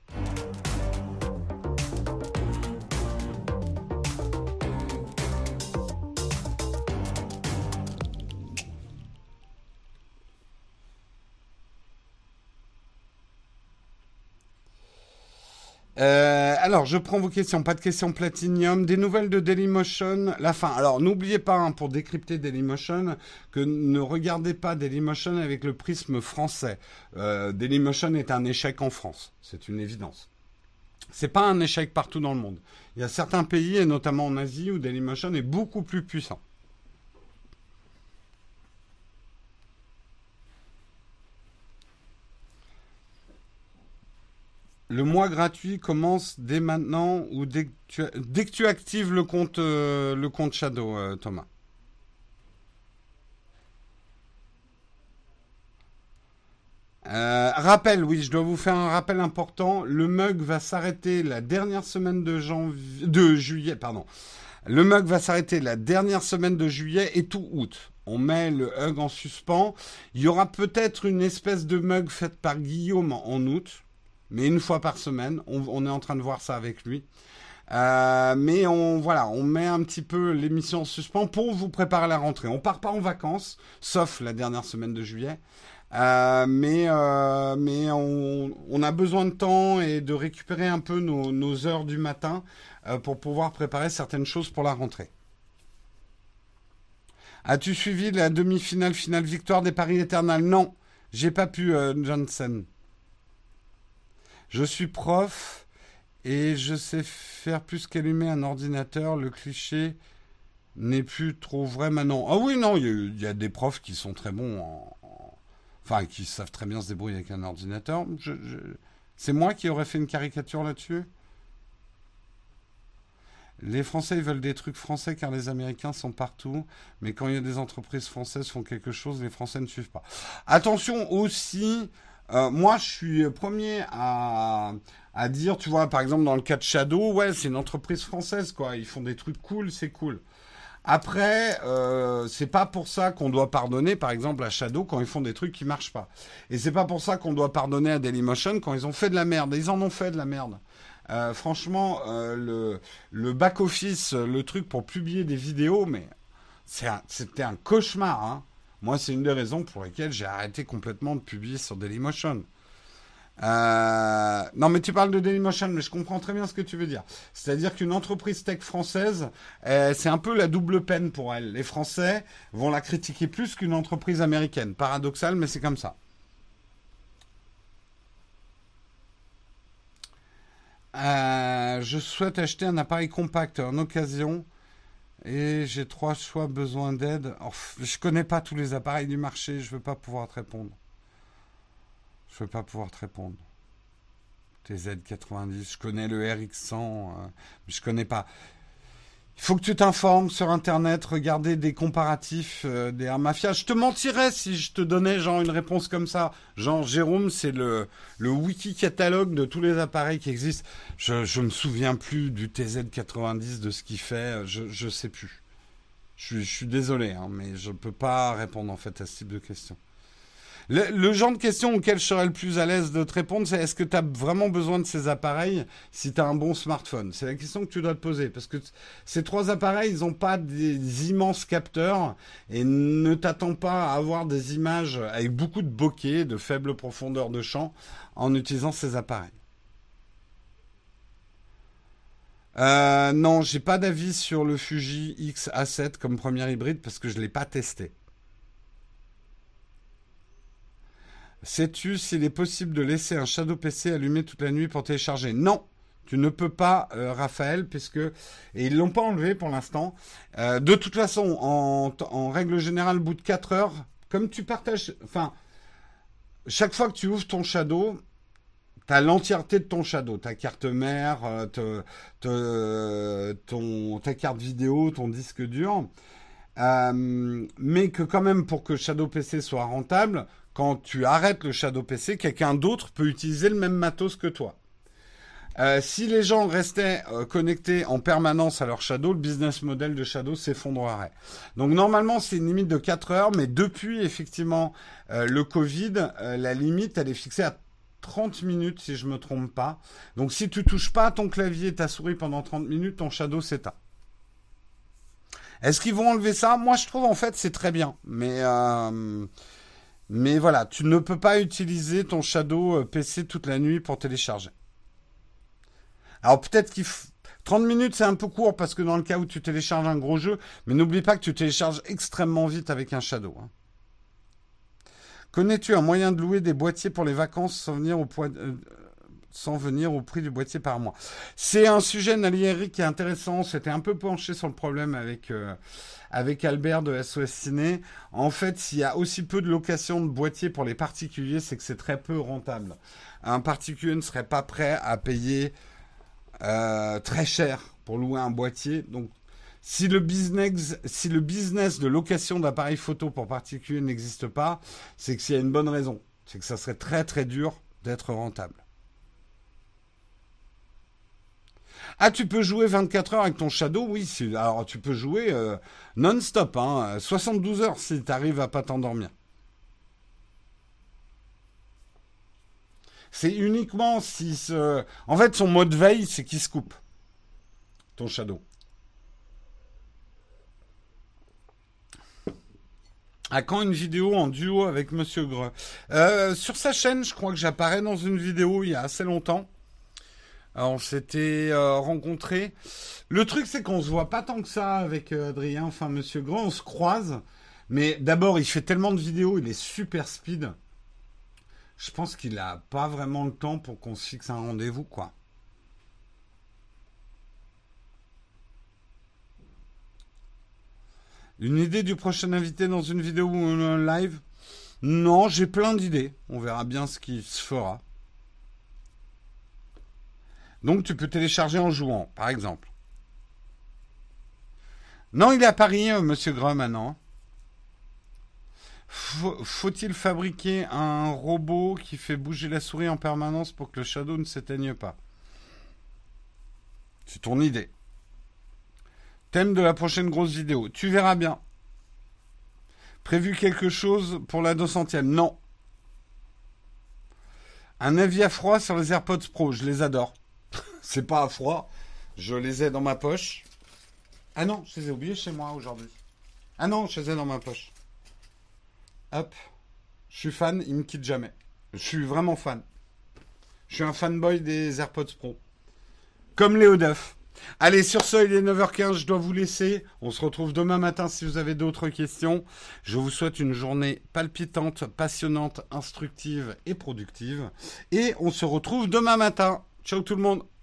A: Euh, alors, je prends vos questions. Pas de questions Platinium. Des nouvelles de Dailymotion. La fin. Alors, n'oubliez pas, hein, pour décrypter Dailymotion, que ne regardez pas Dailymotion avec le prisme français. Euh, Dailymotion est un échec en France. C'est une évidence. C'est pas un échec partout dans le monde. Il y a certains pays, et notamment en Asie, où Dailymotion est beaucoup plus puissant. Le mois gratuit commence dès maintenant ou dès que tu, dès que tu actives le compte, euh, le compte Shadow, euh, Thomas. Euh, rappel, oui, je dois vous faire un rappel important. Le mug va s'arrêter la dernière semaine de janvier, de juillet, pardon. Le mug va s'arrêter la dernière semaine de juillet et tout août. On met le hug en suspens. Il y aura peut-être une espèce de mug faite par Guillaume en août, mais une fois par semaine. On, on est en train de voir ça avec lui. Euh, mais on voilà, on met un petit peu l'émission en suspens pour vous préparer à la rentrée. On part pas en vacances, sauf la dernière semaine de juillet. Euh, mais euh, mais on, on a besoin de temps et de récupérer un peu nos, nos heures du matin euh, pour pouvoir préparer certaines choses pour la rentrée. As-tu suivi la demi-finale, finale victoire des Paris Éternels? Non, j'ai pas pu, euh, Johnson. Je suis prof et je sais faire plus qu'allumer un ordinateur. Le cliché n'est plus trop vrai maintenant. Ah oui, non, il y, a il y a des profs qui sont très bons en, en- enfin, qui savent très bien se débrouiller avec un ordinateur. Je- je- C'est moi qui aurais fait une caricature là-dessus. Les Français, ils veulent des trucs français car les Américains sont partout. Mais quand il y a des entreprises françaises qui font quelque chose, les Français ne suivent pas. Attention aussi, Euh, moi, je suis premier à, à dire, tu vois, par exemple, dans le cas de Shadow, ouais, c'est une entreprise française, quoi. Ils font des trucs cool, c'est cool. Après, euh, c'est pas pour ça qu'on doit pardonner, par exemple, à Shadow quand ils font des trucs qui marchent pas. Et c'est pas pour ça qu'on doit pardonner à Dailymotion quand ils ont fait de la merde. Et ils en ont fait de la merde. Euh, franchement, euh, le, le back-office, le truc pour publier des vidéos, mais c'est un- c'était un cauchemar, hein. Moi, c'est une des raisons pour lesquelles j'ai arrêté complètement de publier sur Dailymotion. Euh, non, mais tu parles de Dailymotion, mais je comprends très bien ce que tu veux dire. C'est-à-dire qu'une entreprise tech française, euh, c'est un peu la double peine pour elle. Les Français vont la critiquer plus qu'une entreprise américaine. Paradoxal, mais c'est comme ça. Euh, je souhaite acheter un appareil compact en occasion et j'ai trois choix besoin d'aide. Oh, je connais pas tous les appareils du marché, je veux pas pouvoir te répondre. Je veux pas pouvoir te répondre. T Z quatre-vingt-dix, je connais le R X cent, euh, mais je connais pas. Il faut que tu t'informes sur Internet, regarder des comparatifs euh, des Air Mafia. Je te mentirais si je te donnais genre une réponse comme ça. Genre Jérôme, c'est le, le wiki catalogue de tous les appareils qui existent. Je, je me souviens plus du T Z quatre-vingt-dix, de ce qu'il fait. Je, je sais plus. Je, suis- je suis désolé, hein, mais je peux pas répondre en fait à ce type de questions. Le, le genre de question auquel je serais le plus à l'aise de te répondre, c'est est-ce que tu as vraiment besoin de ces appareils si tu as un bon smartphone? C'est la question que tu dois te poser. Parce que t- ces trois appareils, ils n'ont pas des immenses capteurs et ne t'attends pas à avoir des images avec beaucoup de bokeh, de faible profondeur de champ en utilisant ces appareils. Euh, non, j'ai pas d'avis sur le Fuji X A sept comme premier hybride parce que je l'ai pas testé. Sais-tu s'il est possible de laisser un Shadow P C allumé toute la nuit pour télécharger? Non, tu ne peux pas, euh, Raphaël, puisque et ils l'ont pas enlevé pour l'instant. Euh, de toute façon, en, en règle générale, au bout de quatre heures, comme tu partages, enfin, chaque fois que tu ouvres ton Shadow, tu as l'entièreté de ton Shadow, ta carte mère, euh, te- te- ton, ta carte vidéo, ton disque dur. Euh, mais que quand même pour que Shadow P C soit rentable, quand tu arrêtes le Shadow P C, quelqu'un d'autre peut utiliser le même matos que toi. Euh, si les gens restaient euh, connectés en permanence à leur Shadow, le business model de Shadow s'effondrerait. Donc normalement c'est une limite de quatre heures, mais depuis effectivement euh, le Covid, euh, la limite elle est fixée à trente minutes si je me trompe pas. Donc si tu touches pas à ton clavier et ta souris pendant trente minutes, ton Shadow s'éteint. Est-ce qu'ils vont enlever ça? Moi, je trouve en fait c'est très bien, mais euh, mais voilà, tu ne peux pas utiliser ton Shadow euh, P C toute la nuit pour télécharger. Alors peut-être qu'il f- trente minutes c'est un peu court parce que dans le cas où tu télécharges un gros jeu, mais n'oublie pas que tu télécharges extrêmement vite avec un Shadow, hein. Connais-tu un moyen de louer des boîtiers pour les vacances sans venir au poids, euh, sans venir au prix du boîtier par mois? C'est un sujet, Nali Eric, qui est intéressant. C'était un peu penché sur le problème avec, euh, avec Albert de S O S Ciné. En fait, s'il y a aussi peu de location de boîtiers pour les particuliers, c'est que c'est très peu rentable. Un particulier ne serait pas prêt à payer euh, très cher pour louer un boîtier. Donc, si le business, si le business de location d'appareils photo pour particuliers n'existe pas, c'est que s'il y a une bonne raison. C'est que ça serait très très dur d'être rentable. Ah, tu peux jouer vingt-quatre heures avec ton Shadow? Oui, c'est- alors tu peux jouer euh, non-stop, hein, soixante-douze heures si tu arrives à pas t'endormir. C'est uniquement si... Ce... En fait, son mode veille, c'est qu'il se coupe, ton Shadow. À quand une vidéo en duo avec Monsieur Greux? Euh, Sur sa chaîne, je crois que j'apparais dans une vidéo il y a assez longtemps. Alors, on s'était euh, rencontrés. Le truc, c'est qu'on se voit pas tant que ça avec euh, Adrien, enfin Monsieur Grand, on se croise. Mais d'abord, il fait tellement de vidéos, il est super speed. Je pense qu'il a pas vraiment le temps pour qu'on se fixe un rendez-vous, quoi. Une idée du prochain invité dans une vidéo ou un live? Non, j'ai plein d'idées. On verra bien ce qui se fera. Donc, tu peux télécharger en jouant, par exemple. Non, il est à Paris, euh, Monsieur Grum, maintenant. Faut- Faut-il fabriquer un robot qui fait bouger la souris en permanence pour que le shadow ne s'éteigne pas? C'est ton idée. Thème de la prochaine grosse vidéo. Tu verras bien. Prévu quelque chose pour la deux centième? Non. Un avis à froid sur les AirPods Pro. Je les adore. C'est pas à froid. Je les ai dans ma poche. Ah non, je les ai oubliés chez moi aujourd'hui. Ah non, je les ai dans ma poche. Hop. Je suis fan, ils me quittent jamais. Je suis vraiment fan. Je suis un fanboy des AirPods Pro. Comme Léo Duff. Allez, sur ce, il est neuf heures quinze, je dois vous laisser. On se retrouve demain matin si vous avez d'autres questions. Je vous souhaite une journée palpitante, passionnante, instructive et productive. Et on se retrouve demain matin. Ciao tout le monde.